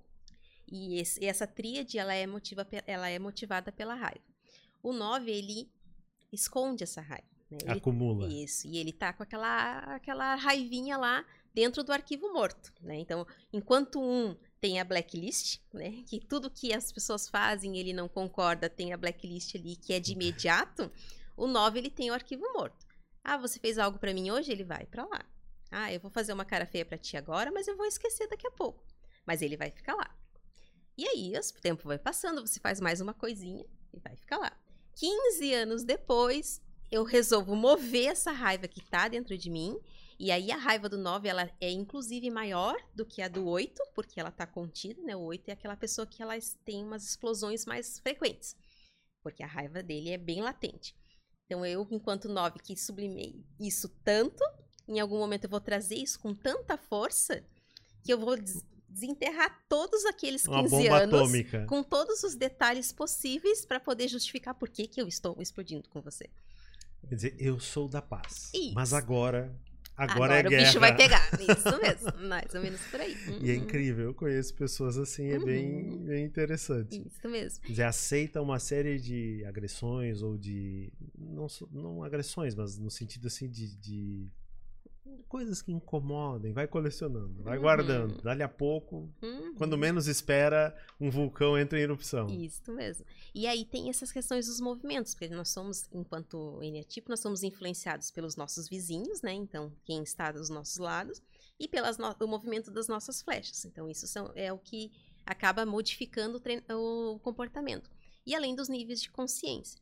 E essa tríade, ela é motivada pela raiva. O 9, ele esconde essa raiva. Né? Acumula. Isso, e ele tá com aquela raivinha lá dentro do arquivo morto, né? Então, enquanto tem a blacklist, né? Que tudo que as pessoas fazem, ele não concorda, tem a blacklist ali, que é de imediato... O 9, ele tem o arquivo morto. Você fez algo pra mim hoje? Ele vai pra lá. Eu vou fazer uma cara feia pra ti agora, mas eu vou esquecer daqui a pouco. Mas ele vai ficar lá. E aí, o tempo vai passando, você faz mais uma coisinha e vai ficar lá. 15 anos depois, eu resolvo mover essa raiva que tá dentro de mim. E aí, a raiva do 9, ela é inclusive maior do que a do 8, porque ela tá contida, né? O 8 é aquela pessoa que ela tem umas explosões mais frequentes. Porque a raiva dele é bem latente. Então, eu, enquanto 9, que sublimei isso tanto, em algum momento eu vou trazer isso com tanta força que eu vou desenterrar todos aqueles 15 anos atômica. Com todos os detalhes possíveis para poder justificar por que eu estou explodindo com você. Quer dizer, eu sou da paz. Isso. Mas agora é guerra. O bicho vai pegar. Isso mesmo. Mais ou menos por aí. E é incrível. Eu conheço pessoas assim. É bem interessante. Isso mesmo. Quer dizer, aceita uma série de agressões ou de... Não agressões, mas no sentido assim de coisas que incomodem. Vai colecionando. Vai guardando. Dali a pouco, quando menos espera, um vulcão entra em erupção. Isso mesmo. E aí tem essas questões dos movimentos, porque nós somos, enquanto eneatipo, nós somos influenciados pelos nossos vizinhos, né? Então, quem está dos nossos lados, e pelo movimento das nossas flechas. Então, isso é o que acaba modificando o comportamento. E além dos níveis de consciência.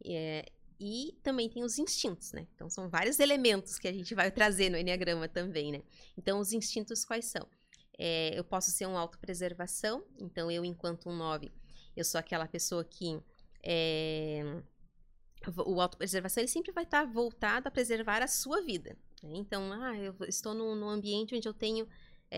E também tem os instintos, né? Então, são vários elementos que a gente vai trazer no eneagrama também, né? Então, os instintos quais são? Eu posso ser uma autopreservação. Então, eu, enquanto um 9, eu sou aquela pessoa que... o autopreservação, ele sempre vai estar voltado a preservar a sua vida. Né? Então, eu estou num ambiente onde eu tenho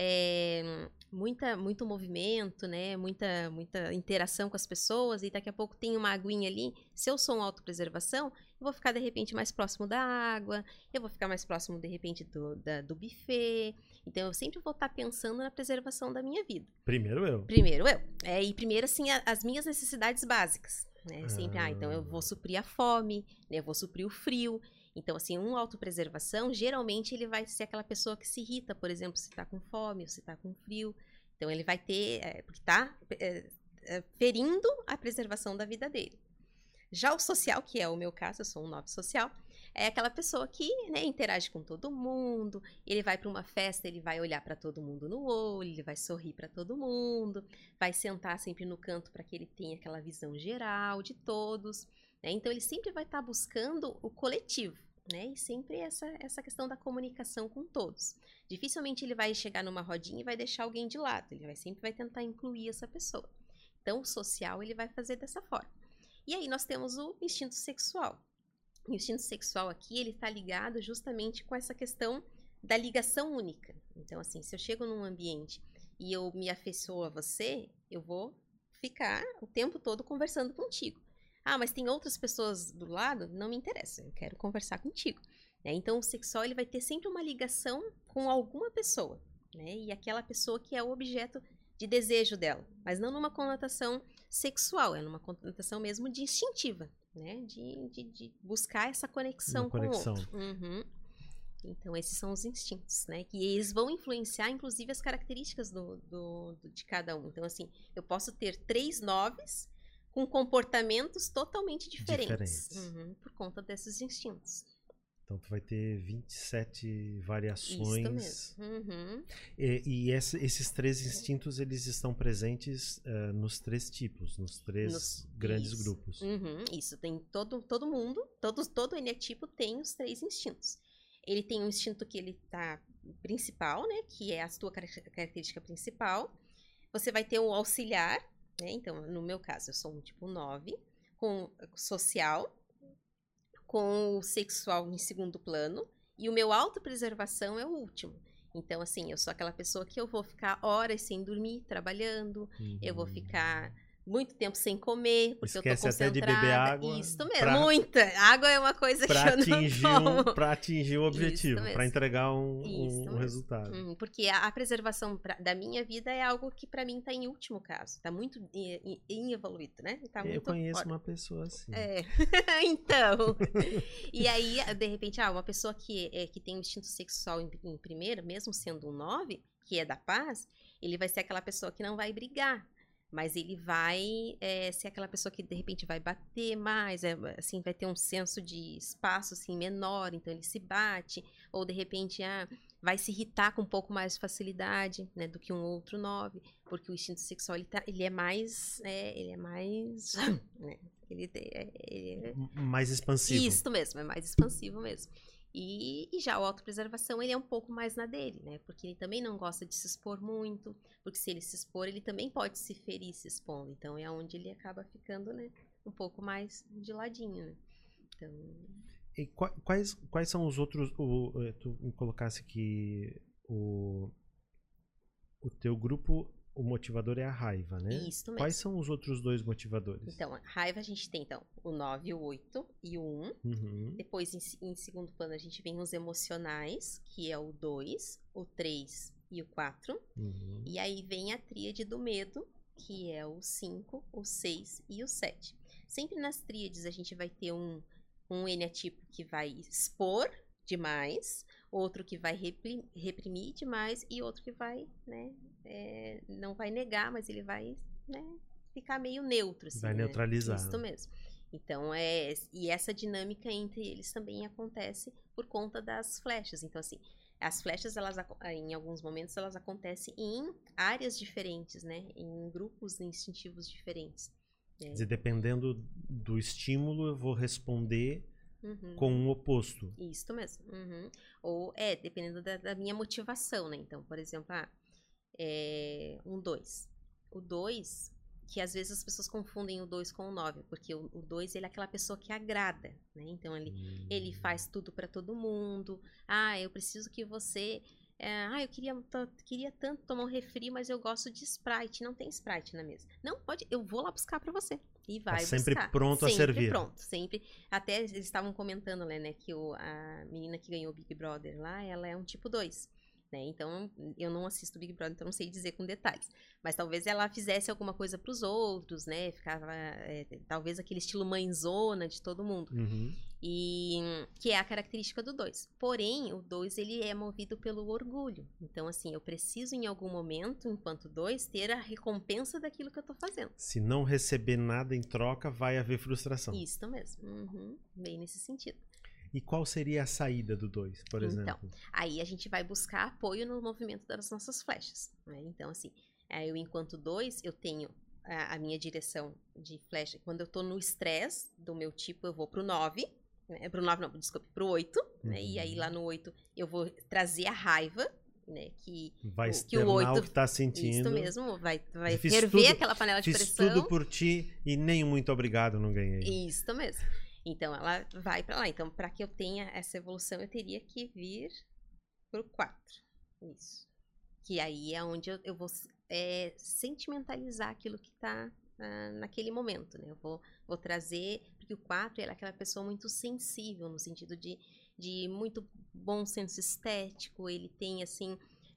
muito movimento, né? Muita interação com as pessoas, e daqui a pouco tem uma aguinha ali. Se eu sou uma autopreservação, eu vou ficar de repente mais próximo da água, eu vou ficar mais próximo de repente do buffet. Então eu sempre vou estar pensando na preservação da minha vida. Primeiro eu. E primeiro, assim, as minhas necessidades básicas. Né? Sempre, então eu vou suprir a fome, né? Eu vou suprir o frio. Então, assim, uma autopreservação, geralmente ele vai ser aquela pessoa que se irrita, por exemplo, se tá com fome ou se tá com frio. Então, ele vai ter, porque tá ferindo a preservação da vida dele. Já o social, que é o meu caso, eu sou um 9 social, é aquela pessoa que, né, interage com todo mundo, ele vai para uma festa, ele vai olhar para todo mundo no olho, ele vai sorrir para todo mundo, vai sentar sempre no canto para que ele tenha aquela visão geral de todos. Né? Então, ele sempre vai estar buscando o coletivo. Né? E sempre essa questão da comunicação com todos. Dificilmente ele vai chegar numa rodinha e vai deixar alguém de lado. Ele sempre vai tentar incluir essa pessoa. Então, o social ele vai fazer dessa forma. E aí nós temos o instinto sexual. O instinto sexual aqui, ele está ligado justamente com essa questão da ligação única. Então, assim, se eu chego num ambiente e eu me afeiçoo a você, eu vou ficar o tempo todo conversando contigo. Mas tem outras pessoas do lado? Não me interessa, eu quero conversar contigo. Né? Então, o sexual ele vai ter sempre uma ligação com alguma pessoa. né? E aquela pessoa que é o objeto de desejo dela, mas não numa conotação sexual, é numa conotação mesmo de instintiva, né? De buscar essa conexão com o outro. Uhum. Então, esses são os instintos, né? Que eles vão influenciar, inclusive, as características de cada um. Então, assim, eu posso ter 3 9s com comportamentos totalmente diferentes. Uhum, por conta desses instintos. Então, tu vai ter 27 variações. Isso mesmo. Uhum. E esses 3 instintos, eles estão presentes nos 3 tipos, nos 3 grandes grupos. Uhum, isso, tem todo mundo, todo eneatipo tem os 3 instintos. Ele tem um instinto que ele tá principal, né? Que é a sua característica principal. Você vai ter o auxiliar, né? Então, no meu caso, eu sou um tipo 9, com social, com o sexual em segundo plano, e o meu autopreservação é o último. Então, assim, eu sou aquela pessoa que eu vou ficar horas sem dormir, trabalhando, eu vou ficar muito tempo sem comer, porque esquece eu tô concentrada. Até de beber água. Isso mesmo, muita. Água é uma coisa que eu não tomo. Para atingir o objetivo, para entregar um resultado. Porque a preservação da minha vida é algo que para mim está em último caso, está muito evoluído, né? Tá muito eu conheço uma pessoa assim. Então, e aí, de repente, uma pessoa que tem um instinto sexual em primeiro, mesmo sendo um 9, que é da paz, ele vai ser aquela pessoa que não vai brigar. Mas ele vai ser aquela pessoa que, de repente, vai bater mais, assim, vai ter um senso de espaço, assim, menor, então ele se bate, ou, de repente, vai se irritar com um pouco mais de facilidade, né, do que um outro 9, porque o instinto sexual, ele é mais, né, ele é mais expansivo. Isso mesmo, é mais expansivo mesmo. E já o autopreservação, ele é um pouco mais na dele, né? Porque ele também não gosta de se expor muito, porque se ele se expor, ele também pode se ferir se expondo. Então, é onde ele acaba ficando, né? Um pouco mais de ladinho, né? Então... E quais são os outros... tu me colocasse que o teu grupo, o motivador é a raiva, né? Isso mesmo. Quais são os outros 2 motivadores? Então, a raiva a gente tem, então, o 9, o 8 e o 1. Uhum. Depois, em segundo plano, a gente vem os emocionais, que é o 2, o 3 e o 4. Uhum. E aí vem a tríade do medo, que é o 5, o 6 e o 7. Sempre nas tríades a gente vai ter um eneatipo que vai expor demais, outro que vai reprimir demais e outro que vai, né, não vai negar, mas ele vai, né, ficar meio neutro. Assim, vai neutralizar. Isso mesmo. Então, e essa dinâmica entre eles também acontece por conta das flechas. Então, assim, as flechas, elas, em alguns momentos, elas acontecem em áreas diferentes, né, em grupos instintivos diferentes. Quer dizer, dependendo do estímulo, eu vou responder com um oposto. Isso mesmo. Uhum. Ou, dependendo da minha motivação, né? Então, por exemplo, um 2. O 2, que às vezes as pessoas confundem o 2 com o 9, porque o 2, ele é aquela pessoa que agrada, né? Então, ele faz tudo pra todo mundo. Eu preciso que você... eu queria tanto tomar um refri, mas eu gosto de Sprite. Não tem Sprite na mesa. Não, pode, eu vou lá buscar pra você. E vai buscar. Sempre pronto a servir. Sempre pronto, sempre. Até eles estavam comentando, né, que a menina que ganhou o Big Brother lá, ela é um tipo 2. Né? Então, eu não assisto Big Brother, então não sei dizer com detalhes. Mas talvez ela fizesse alguma coisa pros outros, né? Ficava, talvez aquele estilo mãezona de todo mundo. Uhum. E que é a característica do 2. Porém, o 2, ele é movido pelo orgulho. Então, assim, eu preciso em algum momento, enquanto 2, ter a recompensa daquilo que eu tô fazendo. Se não receber nada em troca, vai haver frustração. Isso mesmo. Bem nesse sentido. E qual seria a saída do 2, por exemplo? Então, aí a gente vai buscar apoio no movimento das nossas flechas. Né? Então, assim, eu enquanto 2, eu tenho a minha direção de flecha. Quando eu tô no estresse do meu tipo, eu vou pro 9. Né? Pro 9 não, desculpe, pro 8. Né? E aí lá no 8 eu vou trazer a raiva. Né? Que vai externar o 8, que tá sentindo. Isso mesmo, vai ferver aquela panela de pressão. Fiz tudo por ti e nem muito obrigado não ganhei. Isso mesmo. Então, ela vai para lá. Então, para que eu tenha essa evolução, eu teria que vir pro 4. Isso. Que aí é onde eu vou sentimentalizar aquilo que tá naquele momento, né? Eu vou trazer... Porque o 4, ele é aquela pessoa muito sensível, no sentido de muito bom senso estético. Ele tem, assim...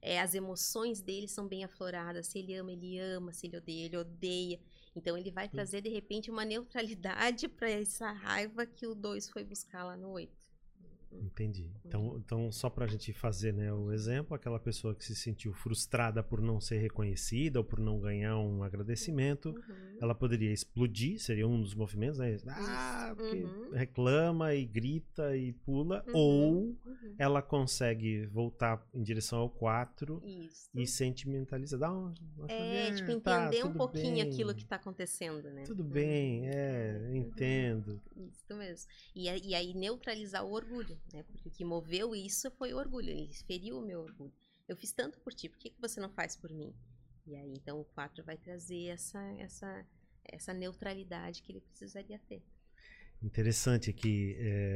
as emoções dele são bem afloradas. Se ele ama, se ele odeia. Então ele vai trazer, de repente, uma neutralidade para essa raiva que o 2 foi buscar lá no 8. Entendi. Então só para a gente fazer, né, o exemplo, aquela pessoa que se sentiu frustrada por não ser reconhecida ou por não ganhar um agradecimento, ela poderia explodir, seria um dos movimentos, né? Porque reclama e grita e pula, ou ela consegue voltar em direção ao 4 e sentimentaliza, tipo, entender um pouquinho aquilo que está acontecendo, né? Tudo bem, entendo. Isso mesmo. E aí neutralizar o orgulho. Né? Porque o que moveu isso foi o orgulho, ele feriu o meu orgulho. Eu fiz tanto por ti, por que você não faz por mim? E aí então o 4 vai trazer essa neutralidade que ele precisaria ter. Interessante que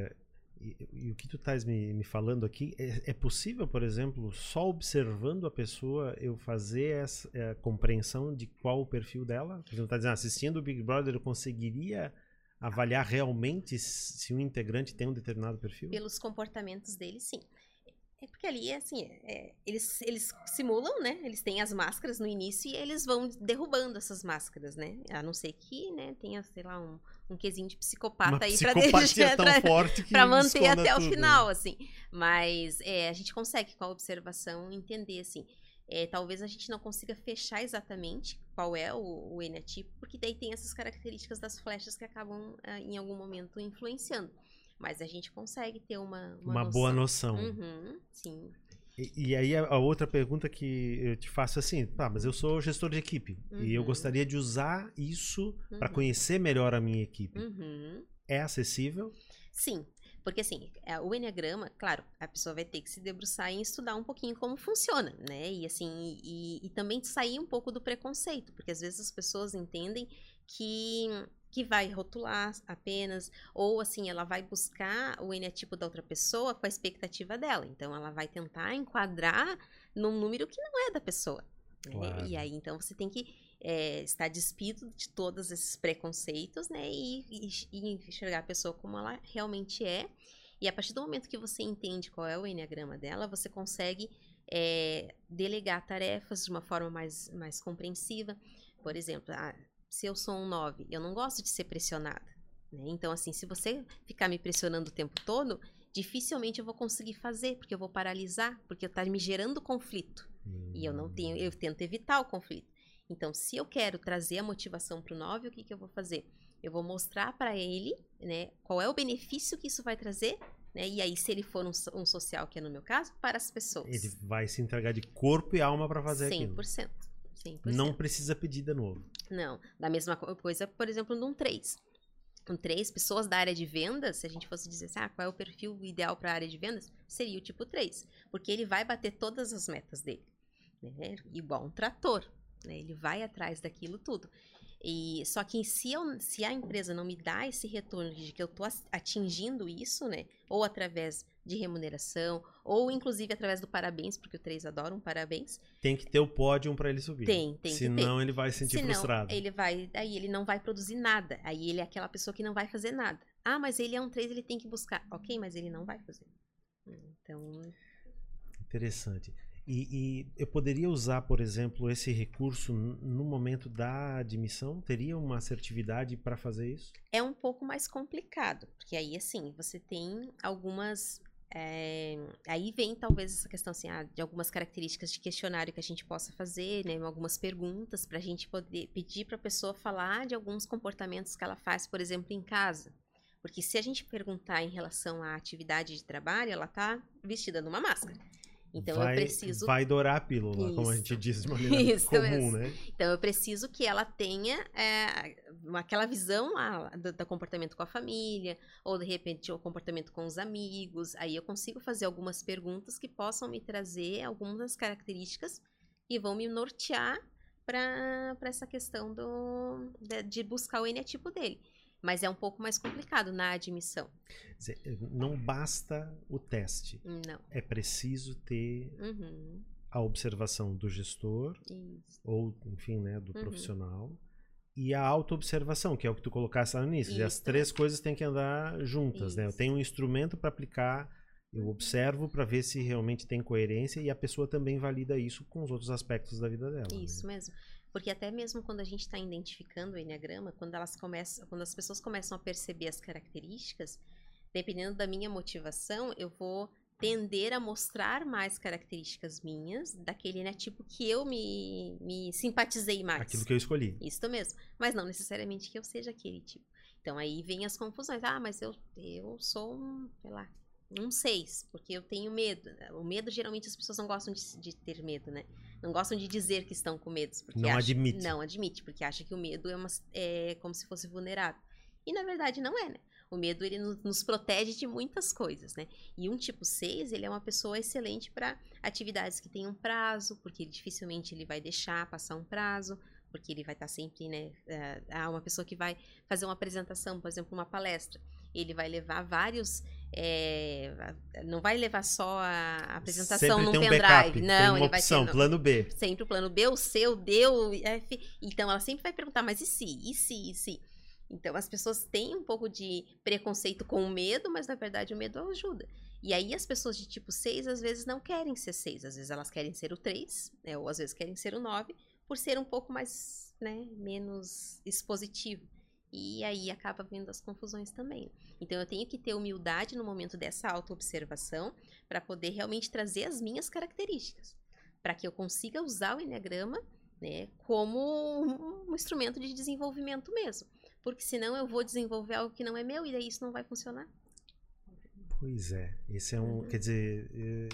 e o que tu estás me falando aqui, é possível, por exemplo, só observando a pessoa eu fazer essa compreensão de qual o perfil dela? Você está dizendo, assistindo o Big Brother eu conseguiria avaliar realmente se um integrante tem um determinado perfil? Pelos comportamentos dele, sim. É porque ali, assim, eles simulam, né? Eles têm as máscaras no início e eles vão derrubando essas máscaras, né? A não ser que, né, tenha, sei lá, um quesinho de psicopata aí tão forte que pra manter até tudo, o final, assim. Mas a gente consegue, com a observação, entender, assim. Talvez a gente não consiga fechar exatamente qual é o eneatipo, porque daí tem essas características das flechas que acabam em algum momento influenciando. Mas a gente consegue ter uma boa noção. Sim. E aí a outra pergunta que eu te faço é assim, mas eu sou gestor de equipe e eu gostaria de usar isso para conhecer melhor a minha equipe. É acessível? Sim. Porque, assim, o Enneagrama, claro, a pessoa vai ter que se debruçar em estudar um pouquinho como funciona, né? E, assim, e também sair um pouco do preconceito, porque às vezes as pessoas entendem que vai rotular apenas, ou, assim, ela vai buscar o eneatipo da outra pessoa com a expectativa dela. Então, ela vai tentar enquadrar num número que não é da pessoa. Né? Claro. E aí, então, você tem que estar despido de todos esses preconceitos, né, e enxergar a pessoa como ela realmente é. E a partir do momento que você entende qual é o enneagrama dela, você consegue delegar tarefas de uma forma mais compreensiva. Por exemplo, se eu sou um 9, eu não gosto de ser pressionada. Né? Então, assim, se você ficar me pressionando o tempo todo, dificilmente eu vou conseguir fazer, porque eu vou paralisar, porque está me gerando conflito. E eu tento evitar o conflito. Então, se eu quero trazer a motivação para o 9, o que eu vou fazer? Eu vou mostrar para ele, né, qual é o benefício que isso vai trazer, né, e aí, se ele for um social, que é no meu caso, para as pessoas. Ele vai se entregar de corpo e alma para fazer 100%, aquilo. 100%. Não precisa pedir de novo. Não. Da mesma coisa, por exemplo, num 3. Um 3, pessoas da área de vendas, se a gente fosse dizer assim, qual é o perfil ideal para a área de vendas, seria o tipo 3. Porque ele vai bater todas as metas dele. Né? Igual um trator. Né? Ele vai atrás daquilo tudo. Só que se a empresa não me dá esse retorno de que eu estou atingindo isso, né? Ou através de remuneração, ou inclusive através do parabéns, porque o 3 adora um parabéns. Tem que ter o pódio para ele subir. Tem Senão ele vai se sentir frustrado. Aí ele não vai produzir nada. Aí ele é aquela pessoa que não vai fazer nada. Mas ele é um 3, ele tem que buscar. Ok, mas ele não vai fazer. Então... Interessante. E eu poderia usar, por exemplo, esse recurso no momento da admissão? Teria uma assertividade para fazer isso? É um pouco mais complicado, porque aí, assim, você tem algumas... aí vem, talvez, essa questão, assim, de algumas características de questionário que a gente possa fazer, né? Algumas perguntas para a gente poder pedir para a pessoa falar de alguns comportamentos que ela faz, por exemplo, em casa. Porque se a gente perguntar em relação à atividade de trabalho, ela está vestida numa máscara. Então eu preciso... Vai dourar a pílula, como a gente diz de maneira comum, né? Então eu preciso que ela tenha aquela visão do comportamento com a família, ou de repente o comportamento com os amigos. Aí eu consigo fazer algumas perguntas que possam me trazer algumas características e vão me nortear para essa questão de buscar o eneatipo dele. Mas é um pouco mais complicado na admissão. Não basta o teste. Não. É preciso ter a observação do gestor, ou, enfim, né, do profissional, e a auto-observação, que é o que tu colocaste lá no início. E as três coisas têm que andar juntas, né? Eu tenho um instrumento para aplicar Eu observo para ver se realmente tem coerência e a pessoa também valida isso com os outros aspectos da vida dela. Isso né? mesmo. Porque até mesmo quando a gente está identificando o enneagrama, quando as pessoas começam a perceber as características, dependendo da minha motivação, eu vou tender a mostrar mais características minhas daquele tipo que eu me simpatizei mais. Aquilo que eu escolhi. Isso mesmo. Mas não necessariamente que eu seja aquele tipo. Então aí vem as confusões. Ah, mas eu sou sei lá, um 6, porque eu tenho medo. O medo, geralmente, as pessoas não gostam de ter medo, né? Não gostam de dizer que estão com medo. Não admite. Não admite, porque acha que o medo é como se fosse vulnerável. E, na verdade, não é, né? O medo, ele nos protege de muitas coisas, né? E um tipo 6, ele é uma pessoa excelente para atividades que têm um prazo, porque dificilmente ele vai deixar passar um prazo, porque ele vai estar sempre, né? Uma pessoa que vai fazer uma apresentação, por exemplo, uma palestra, ele vai levar vários... não vai levar só a apresentação num pendrive. Não, ele vai ter plano B. Sempre o plano B, o C, o D, o F. Então, ela sempre vai perguntar, mas e se? E se? E se? Então, as pessoas têm um pouco de preconceito com o medo, mas, na verdade, o medo ajuda. E aí, as pessoas de tipo 6, às vezes, não querem ser 6. Às vezes, elas querem ser o 3, né? Ou, às vezes, querem ser o 9, por ser um pouco mais, né, menos expositivo. E aí, acaba vindo as confusões também. Então, eu tenho que ter humildade no momento dessa autoobservação para poder realmente trazer as minhas características. Para que eu consiga usar o enneagrama, né, como um instrumento de desenvolvimento mesmo. Porque senão eu vou desenvolver algo que não é meu e daí isso não vai funcionar. Pois é. Esse é um... Quer dizer...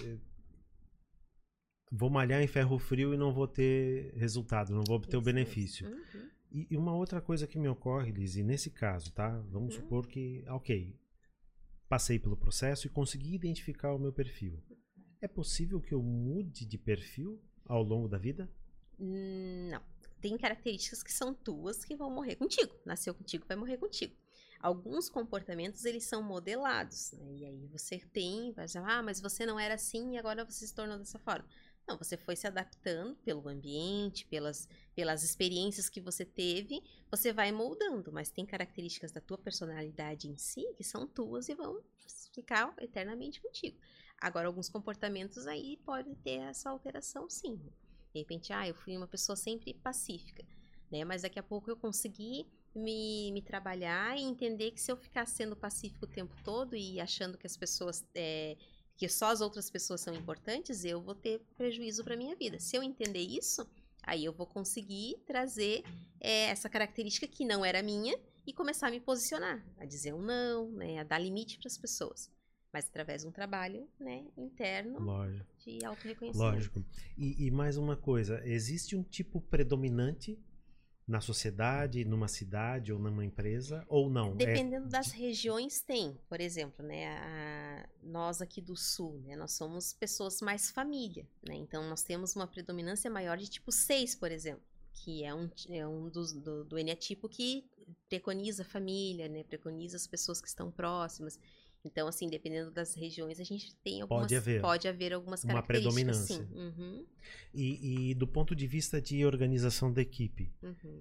vou malhar em ferro frio e não vou ter resultado, não vou obter o benefício. E uma outra coisa que me ocorre, Lizzy, nesse caso, tá? Vamos supor que, ok, passei pelo processo e consegui identificar o meu perfil. É possível que eu mude de perfil ao longo da vida? Não. Tem características que são tuas que vão morrer contigo. Nasceu contigo, vai morrer contigo. Alguns comportamentos, eles são modelados, né? E aí você vai dizer, mas você não era assim e agora você se tornou dessa forma. Não, você foi se adaptando pelo ambiente, pelas experiências que você teve, você vai moldando, mas tem características da tua personalidade em si que são tuas e vão ficar eternamente contigo. Agora, alguns comportamentos aí podem ter essa alteração, sim. De repente, eu fui uma pessoa sempre pacífica, né? Mas daqui a pouco eu consegui me trabalhar e entender que se eu ficar sendo pacífico o tempo todo e achando que as pessoas... que só as outras pessoas são importantes, eu vou ter prejuízo para minha vida. Se eu entender isso, aí eu vou conseguir trazer essa característica que não era minha e começar a me posicionar, a dizer um não, né, a dar limite para as pessoas. Mas através de um trabalho, né, interno. Lógico. De autorreconhecimento. Lógico. E mais uma coisa, existe um tipo predominante na sociedade, numa cidade ou numa empresa, ou não? Dependendo das regiões, tem. Por exemplo, né, nós aqui do Sul, né, nós somos pessoas mais família, né? Então, nós temos uma predominância maior de tipo 6, por exemplo, que é um do eneatipo que preconiza a família, né? Preconiza as pessoas que estão próximas. Então, assim, dependendo das regiões, a gente tem algumas... Pode haver algumas uma características, predominância. Sim. E do ponto de vista de organização da equipe,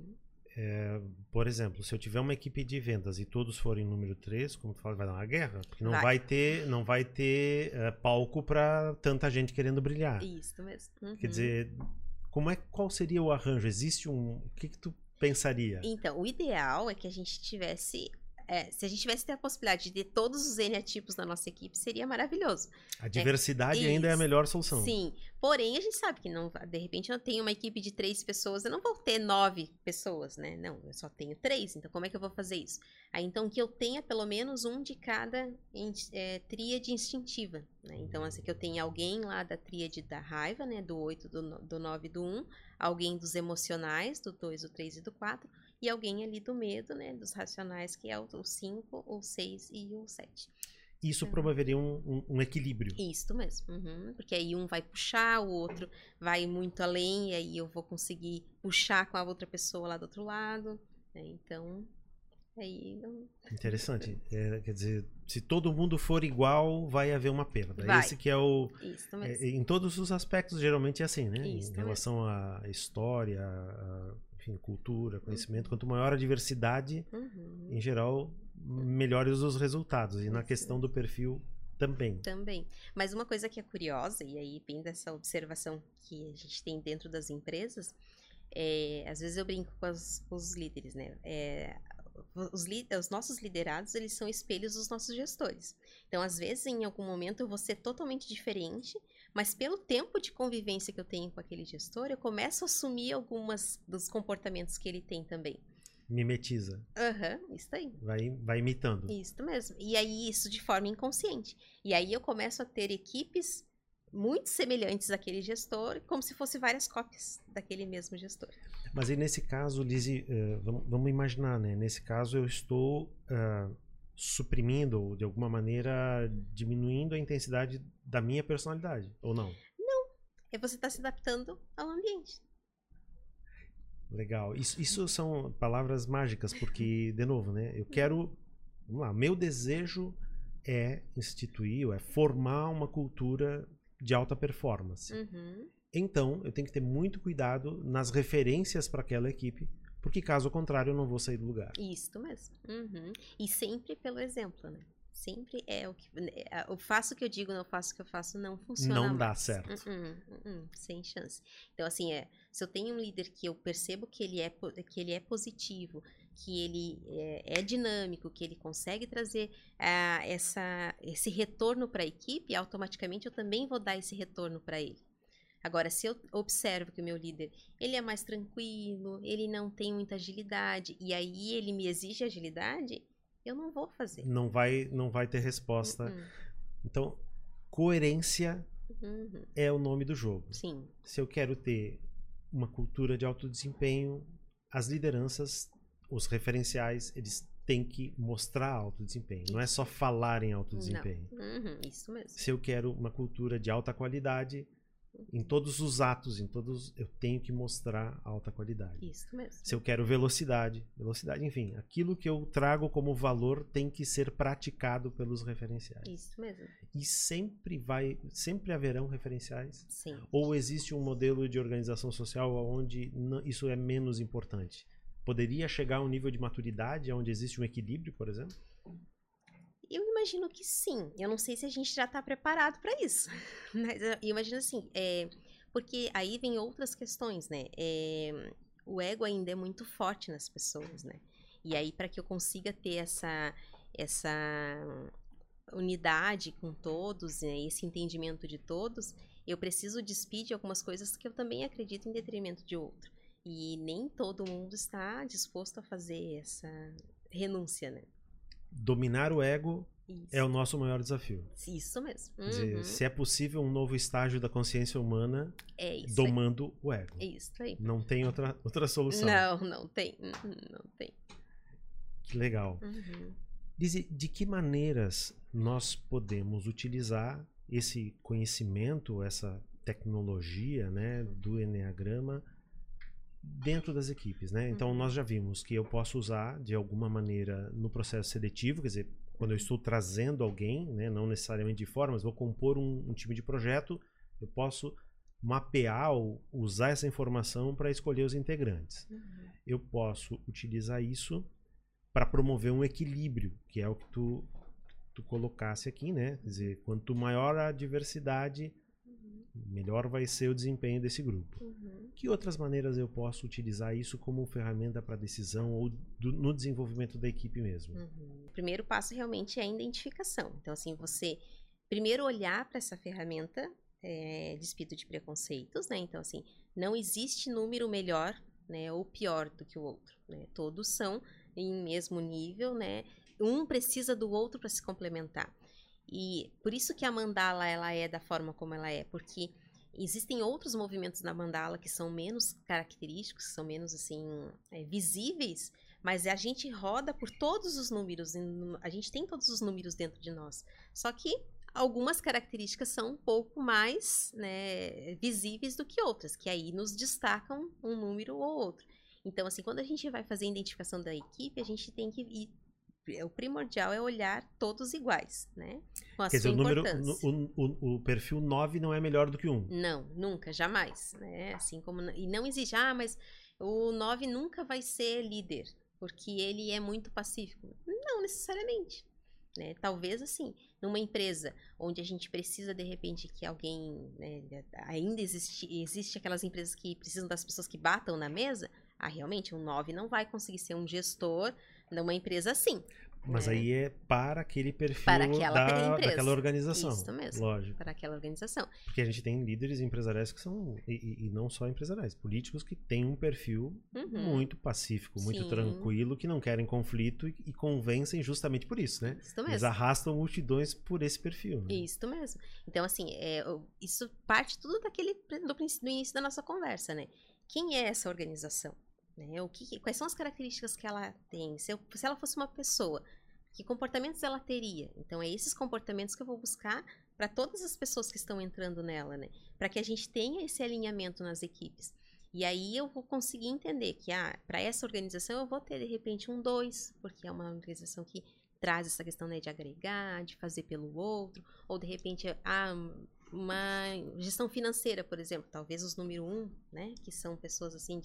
por exemplo, se eu tiver uma equipe de vendas e todos forem número 3, como tu fala, vai dar uma guerra, porque não vai ter palco para tanta gente querendo brilhar. Isso mesmo. Quer dizer, qual seria o arranjo? Existe o que tu pensaria? Então, o ideal é que a gente tivesse... se a gente tivesse a possibilidade de ter todos os eneatipos na nossa equipe, seria maravilhoso. A diversidade ainda é a melhor solução. Sim, porém a gente sabe que não, de repente eu tenho uma equipe de 3 pessoas, eu não vou ter 9 pessoas, né? Não, eu só tenho 3, então como é que eu vou fazer isso? Aí então que eu tenha pelo menos um de cada tríade instintiva, né? Então assim, que eu tenha alguém lá da tríade da raiva, né? Do 8, do 9 e do 1, alguém dos emocionais, do 2, do 3 e do 4, e alguém ali do medo, né, dos racionais, que é o 5, o 6 e o 7. Isso promoveria um equilíbrio. Isso mesmo. Porque aí um vai puxar, o outro vai muito além, e aí eu vou conseguir puxar com a outra pessoa lá do outro lado. Né? Então, aí... Interessante. Quer dizer, se todo mundo for igual, vai haver uma perda. Vai. Esse que é o... Isso mesmo. Em todos os aspectos, geralmente é assim, né? Isso em relação à história, enfim, cultura, conhecimento. Quanto maior a diversidade, em geral, melhores os resultados. E na questão do perfil, Também. Também. Mas uma coisa que é curiosa, e aí vem dessa observação que a gente tem dentro das empresas, às vezes eu brinco com os líderes, né? Os nossos liderados, eles são espelhos dos nossos gestores. Então, às vezes, em algum momento, eu vou ser totalmente diferente, mas pelo tempo de convivência que eu tenho com aquele gestor, eu começo a assumir algumas dos comportamentos que ele tem também. Mimetiza. Isso aí. Vai imitando. Isso mesmo. E aí, isso de forma inconsciente. E aí, eu começo a ter equipes muito semelhantes àquele gestor, como se fossem várias cópias daquele mesmo gestor. Mas aí, nesse caso, Lizzy, vamos imaginar, né? Nesse caso, eu estou suprimindo, ou de alguma maneira, diminuindo a intensidade da minha personalidade, ou não? Não. Você está se adaptando ao ambiente. Legal. Isso são palavras mágicas, porque, de novo, né? Eu quero... Vamos lá. Meu desejo é instituir, é formar uma cultura de alta performance. Então, eu tenho que ter muito cuidado nas referências para aquela equipe, porque caso contrário eu não vou sair do lugar. Isso mesmo. E sempre pelo exemplo, né? Sempre é o que... Eu faço o que eu digo, não faço o que eu faço, não funciona Não mais. dá certo. Sem chance. Então, assim, se eu tenho um líder que eu percebo que ele é positivo, que ele é dinâmico, que ele consegue trazer esse retorno para a equipe, automaticamente eu também vou dar esse retorno para ele. Agora, se eu observo que o meu líder, ele é mais tranquilo, ele não tem muita agilidade, e aí ele me exige agilidade, eu não vou fazer. Não vai ter resposta. Então, coerência é o nome do jogo. Sim. Se eu quero ter uma cultura de alto desempenho, as lideranças, os referenciais, eles têm que mostrar alto desempenho. Não é só falar em alto desempenho. Isso mesmo. Se eu quero uma cultura de alta qualidade, em todos os atos, eu tenho que mostrar alta qualidade. Isso mesmo. Se eu quero velocidade, enfim, aquilo que eu trago como valor tem que ser praticado pelos referenciais. Isso mesmo. E sempre haverão referenciais? Sim. Ou existe um modelo de organização social onde isso é menos importante? Poderia chegar a um nível de maturidade onde existe um equilíbrio, por exemplo? Eu imagino que sim. Eu não sei se a gente já está preparado para isso. Mas eu imagino assim, porque aí vem outras questões, né? O ego ainda é muito forte nas pessoas, né? E aí, para que eu consiga ter essa unidade com todos, né? Esse entendimento de todos, eu preciso despir de algumas coisas que eu também acredito em detrimento de outro. E nem todo mundo está disposto a fazer essa renúncia, né? Dominar o ego é o nosso maior desafio. Isso mesmo. Quer dizer, se é possível um novo estágio da consciência humana domando o ego. É isso aí. Não tem outra solução. Não tem. Não tem. Que legal. Lizzy, de que maneiras nós podemos utilizar esse conhecimento, essa tecnologia, né, do Enneagrama dentro das equipes, né? Então nós já vimos que eu posso usar de alguma maneira no processo seletivo, quer dizer, quando eu estou trazendo alguém, né, não necessariamente de fora, mas vou compor um time de projeto, eu posso mapear ou usar essa informação para escolher os integrantes. Eu posso utilizar isso para promover um equilíbrio, que é o que tu colocasse aqui, né? Quer dizer, quanto maior a diversidade, melhor vai ser o desempenho desse grupo. Que outras maneiras eu posso utilizar isso como ferramenta para decisão ou no desenvolvimento da equipe mesmo? O primeiro passo realmente é a identificação. Então, assim, você primeiro olhar para essa ferramenta despido de preconceitos, né? Então, assim, não existe número melhor, né, ou pior do que o outro, né? Todos são em mesmo nível, né? Um precisa do outro para se complementar. E por isso que a mandala ela é da forma como ela é, porque existem outros movimentos na mandala que são menos característicos, que são menos assim visíveis, mas a gente roda por todos os números, a gente tem todos os números dentro de nós. Só que algumas características são um pouco mais, né, visíveis do que outras, que aí nos destacam um número ou outro. Então, assim, quando a gente vai fazer a identificação da equipe, a gente tem que ir. O primordial é olhar todos iguais, né? Com a Quer sua dizer, importância. o perfil 9 não é melhor do que 1. Não, nunca, jamais, né? Assim como e não existe, mas o 9 nunca vai ser líder, porque ele é muito pacífico. Não necessariamente. né? Talvez, assim, numa empresa onde a gente precisa, de repente, que alguém, né, ainda existe aquelas empresas que precisam das pessoas que batam na mesa, realmente, um 9 não vai conseguir ser um gestor numa empresa assim. Mas né? aí é para aquele perfil Para aquela empresa. daquela organização. Isso mesmo. Lógico. Para aquela organização. Porque a gente tem líderes empresariais que são, e não só empresariais, políticos que têm um perfil muito pacífico, muito tranquilo, que não querem conflito e convencem justamente por isso, né? Isso mesmo. Eles arrastam multidões por esse perfil. Né? Isso mesmo. Então, assim, isso parte tudo do início da nossa conversa, né? Quem é essa organização? Né? Quais são as características que ela tem? Se ela fosse uma pessoa, que comportamentos ela teria? Então, é esses comportamentos que eu vou buscar para todas as pessoas que estão entrando nela, né? Para que a gente tenha esse alinhamento nas equipes. E aí eu vou conseguir entender que, para essa organização eu vou ter, de repente, um 2, porque é uma organização que traz essa questão, né, de agregar, de fazer pelo outro, ou de repente, uma gestão financeira, por exemplo, talvez os número 1, né, que são pessoas assim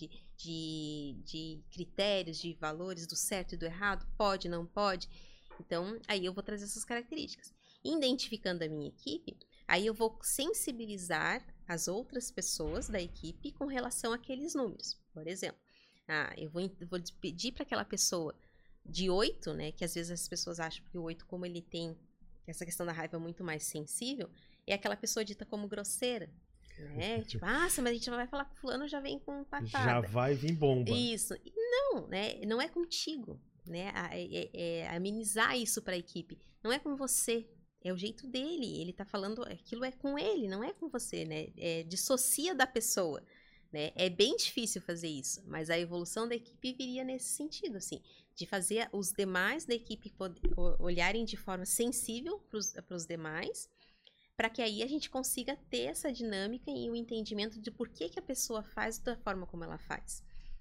de critérios, de valores do certo e do errado, pode, não pode. Então, aí eu vou trazer essas características. Identificando a minha equipe, aí eu vou sensibilizar as outras pessoas da equipe com relação àqueles números. Por exemplo, eu vou pedir para aquela pessoa de 8, né, que às vezes as pessoas acham que o 8, como ele tem essa questão da raiva muito mais sensível, é aquela pessoa dita como grosseira, né? Tipo, mas a gente vai falar com fulano, já vem com patada. Já vai vir bomba. Isso. Não, né? Não é contigo, né? Amenizar isso para a equipe. Não é com você, é o jeito dele. Ele tá falando, aquilo é com ele, não é com você, né? Dissocia da pessoa, né? É bem difícil fazer isso, mas a evolução da equipe viria nesse sentido, assim, de fazer os demais da equipe olharem de forma sensível para os demais, para que aí a gente consiga ter essa dinâmica e o entendimento de por que a pessoa faz da forma como ela faz.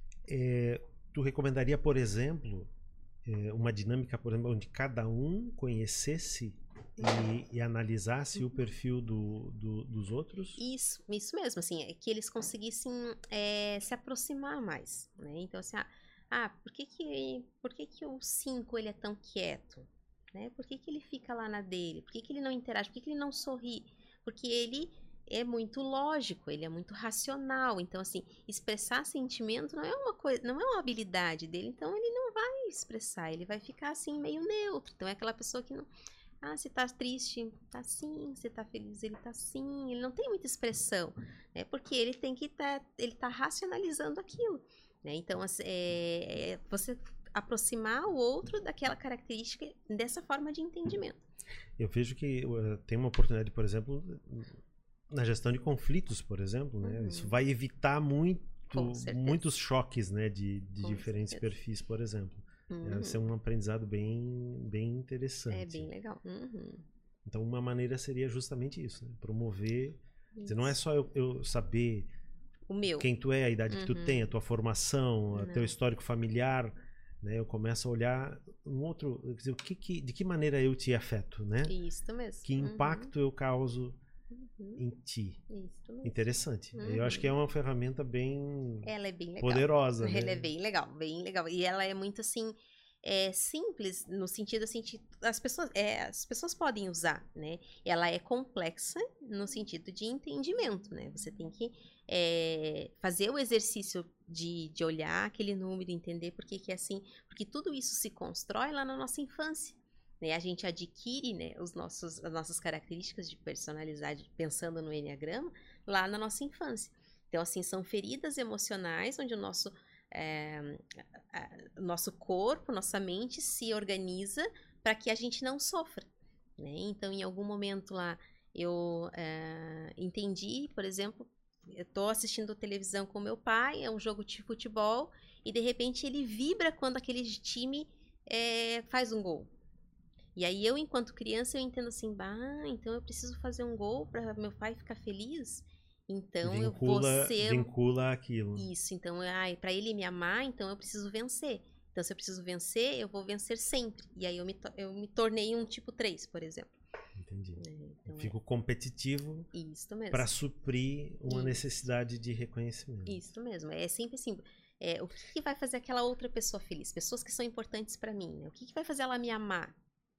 Tu recomendaria, por exemplo, uma dinâmica, por exemplo, onde cada um conhecesse e analisasse o perfil dos outros? Isso mesmo, assim, que eles conseguissem se aproximar mais, né? Então, assim, por que o 5 ele é tão quieto? Né? Por que ele fica lá na dele? Por que ele não interage? Por que ele não sorri? Porque ele é muito lógico, ele é muito racional. Então, assim, expressar sentimento não é uma coisa, não é uma habilidade dele, então ele não vai expressar, ele vai ficar assim meio neutro. Então é aquela pessoa que não. Se tá triste, tá assim, se tá feliz, ele tá assim, ele não tem muita expressão, né? Porque ele tem que ele tá racionalizando aquilo, né? Então, você aproximar o outro daquela característica dessa forma de entendimento. Eu vejo que tem uma oportunidade, por exemplo, na gestão de conflitos, por exemplo, né? Isso vai evitar muitos choques, né, de diferentes perfis, por exemplo. Vai ser um aprendizado bem interessante. É bem legal. Então, uma maneira seria justamente isso, né? Promover. Isso. Não é só eu saber quem tu é, a idade que tu tem, a tua formação, o teu histórico familiar. Né, eu começo a olhar um outro, quer dizer, de que maneira eu te afeto, né? Isso mesmo. Que impacto eu causo em ti. Isso mesmo. Interessante. Eu acho que é uma ferramenta ela é bem legal. Poderosa. Ela né? é bem legal. E ela é muito assim, simples no sentido assim, as pessoas podem usar, né? Ela é complexa no sentido de entendimento, né? Você tem que fazer o exercício de olhar aquele número, entender por que é assim, porque tudo isso se constrói lá na nossa infância, né? A gente adquire, né, as nossas características de personalidade, pensando no Enneagrama, lá na nossa infância. Então, assim, são feridas emocionais onde o nosso corpo, nossa mente se organiza para que a gente não sofra, né? Então, em algum momento lá, eu entendi, por exemplo, eu estou assistindo televisão com meu pai, é um jogo de futebol, e de repente ele vibra quando aquele time faz um gol. E aí eu, enquanto criança, eu entendo assim, então eu preciso fazer um gol para meu pai ficar feliz. Então vincula aquilo. Isso, então, para ele me amar, então eu preciso vencer. Então, se eu preciso vencer, eu vou vencer sempre. E aí eu me tornei um tipo 3, por exemplo. Entendi. Então, fico competitivo para suprir uma necessidade de reconhecimento. Isso mesmo. É sempre assim. O que vai fazer aquela outra pessoa feliz? Pessoas que são importantes para mim, né? O que vai fazer ela me amar?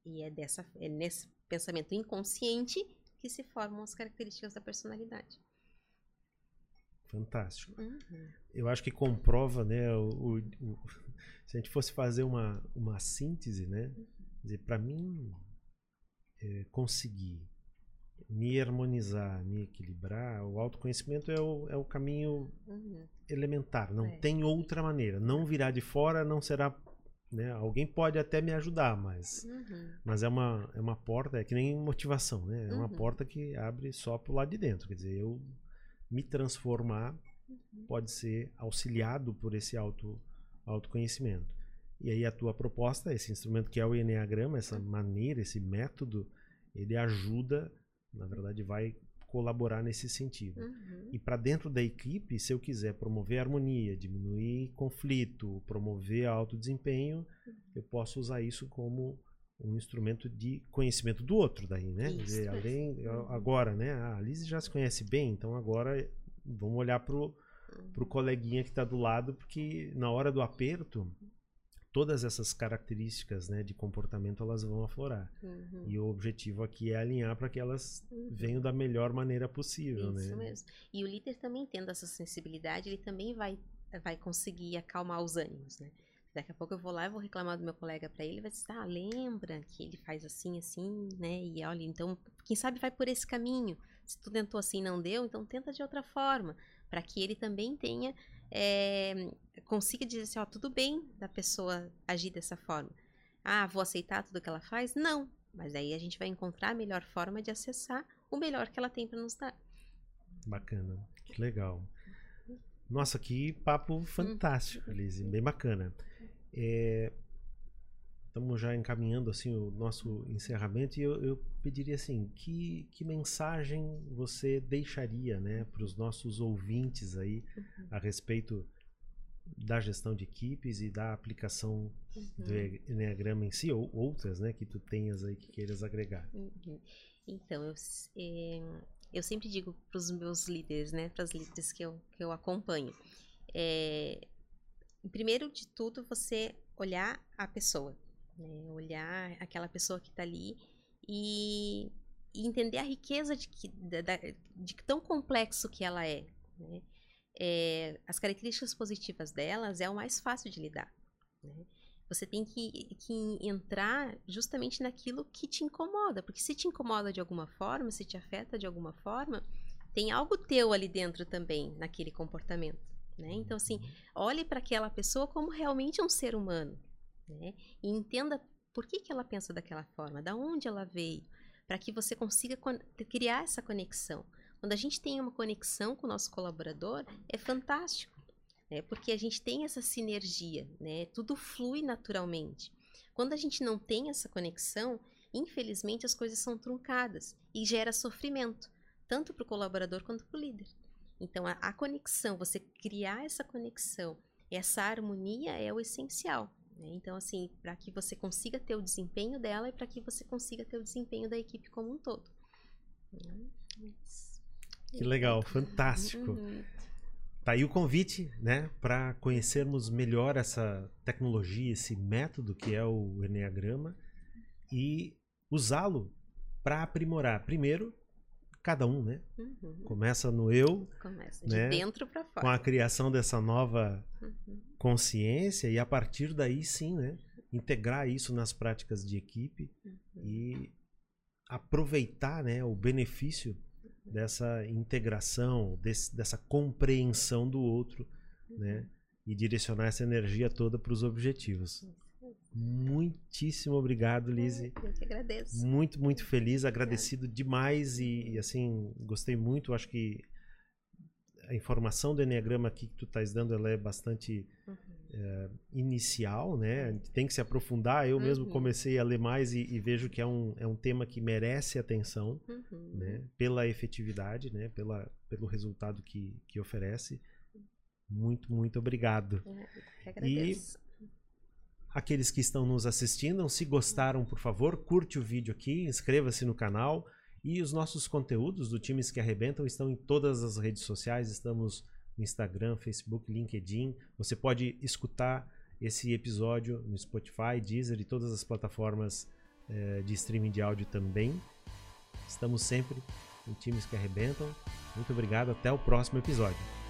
E é nesse pensamento inconsciente que se formam as características da personalidade. Fantástico. Uhum. Eu acho que comprova, né, se a gente fosse fazer uma síntese, né, dizer, para mim conseguir me harmonizar, me equilibrar, o autoconhecimento é o caminho elementar, não tem outra maneira. Não virá de fora, não será, né, alguém pode até me ajudar, mas é uma porta, é que nem motivação, né, é uma porta que abre só pro lado de dentro, quer dizer, eu me transformar pode ser auxiliado por esse autoconhecimento. E aí a tua proposta, esse instrumento que é o Eneagrama, essa maneira, esse método, ele ajuda, na verdade vai colaborar nesse sentido. E para dentro da equipe, se eu quiser promover harmonia, diminuir conflito, promover alto desempenho, eu posso usar isso como um instrumento de conhecimento do outro daí, né? Quer dizer, agora, né? A Liz já se conhece bem, então agora vamos olhar pro coleguinha que está do lado, porque na hora do aperto, todas essas características, né, de comportamento, elas vão aflorar. E o objetivo aqui é alinhar para que elas venham da melhor maneira possível, né? Isso mesmo. E o líder também tendo essa sensibilidade, ele também vai conseguir acalmar os ânimos, né? Daqui a pouco eu vou lá e vou reclamar do meu colega para ele, vai dizer, lembra que ele faz assim, assim, né? E olha, então, quem sabe vai por esse caminho. Se tu tentou assim e não deu, então tenta de outra forma, para que ele também tenha, consiga dizer assim, tudo bem da pessoa agir dessa forma. Vou aceitar tudo que ela faz? Não, mas aí a gente vai encontrar a melhor forma de acessar o melhor que ela tem para nos dar. Bacana, que legal. Nossa, que papo fantástico, Liz, bem bacana. Estamos já encaminhando assim o nosso encerramento e eu pediria assim, que mensagem você deixaria, né, para os nossos ouvintes aí a respeito da gestão de equipes e da aplicação do Eneagrama em si, ou outras, né, que tu tenhas aí que queiras agregar. Então, eu sempre digo para os meus líderes, né, para as líderes que eu acompanho, primeiro de tudo, você olhar a pessoa, né? Olhar aquela pessoa que está ali e entender a riqueza de tão complexo que ela é, né? As características positivas delas é o mais fácil de lidar, né? Você tem que entrar justamente naquilo que te incomoda, porque se te incomoda de alguma forma, se te afeta de alguma forma, tem algo teu ali dentro também, naquele comportamento, né? Então, assim, olhe para aquela pessoa como realmente um ser humano, né? E entenda por que ela pensa daquela forma, da onde ela veio, para que você consiga criar essa conexão. Quando a gente tem uma conexão com o nosso colaborador, é fantástico, né? Porque a gente tem essa sinergia, né? Tudo flui naturalmente. Quando a gente não tem essa conexão, infelizmente as coisas são truncadas e gera sofrimento, tanto para o colaborador quanto para o líder. Então, a conexão, você criar essa conexão, essa harmonia é o essencial, né? Então, assim, para que você consiga ter o desempenho dela e para que você consiga ter o desempenho da equipe como um todo. Que legal, fantástico. Tá aí o convite, né, para conhecermos melhor essa tecnologia, esse método que é o Eneagrama e usá-lo para aprimorar. Primeiro, cada um, né? Começa no eu, Começa né? De dentro para fora. Com a criação dessa nova consciência e a partir daí sim, né? Integrar isso nas práticas de equipe e aproveitar, né, o benefício dessa integração, dessa compreensão do outro, né? E direcionar essa energia toda para os objetivos. Muitíssimo obrigado, Lizzy. Eu que agradeço. Muito, muito feliz, agradecido demais e assim, gostei muito. Acho que a informação do Eneagrama aqui que tu estás dando, ela é bastante inicial, né? A gente tem que se aprofundar. Eu mesmo comecei a ler mais e vejo que é um tema que merece atenção, né? Pela efetividade, né? Pelo resultado que oferece. Muito, muito obrigado. Eu que agradeço. E aqueles que estão nos assistindo, se gostaram, por favor, curte o vídeo aqui, inscreva-se no canal. E os nossos conteúdos do Times que Arrebentam estão em todas as redes sociais. Estamos no Instagram, Facebook, LinkedIn. Você pode escutar esse episódio no Spotify, Deezer e todas as plataformas de streaming de áudio também. Estamos sempre em Times que Arrebentam. Muito obrigado, até o próximo episódio.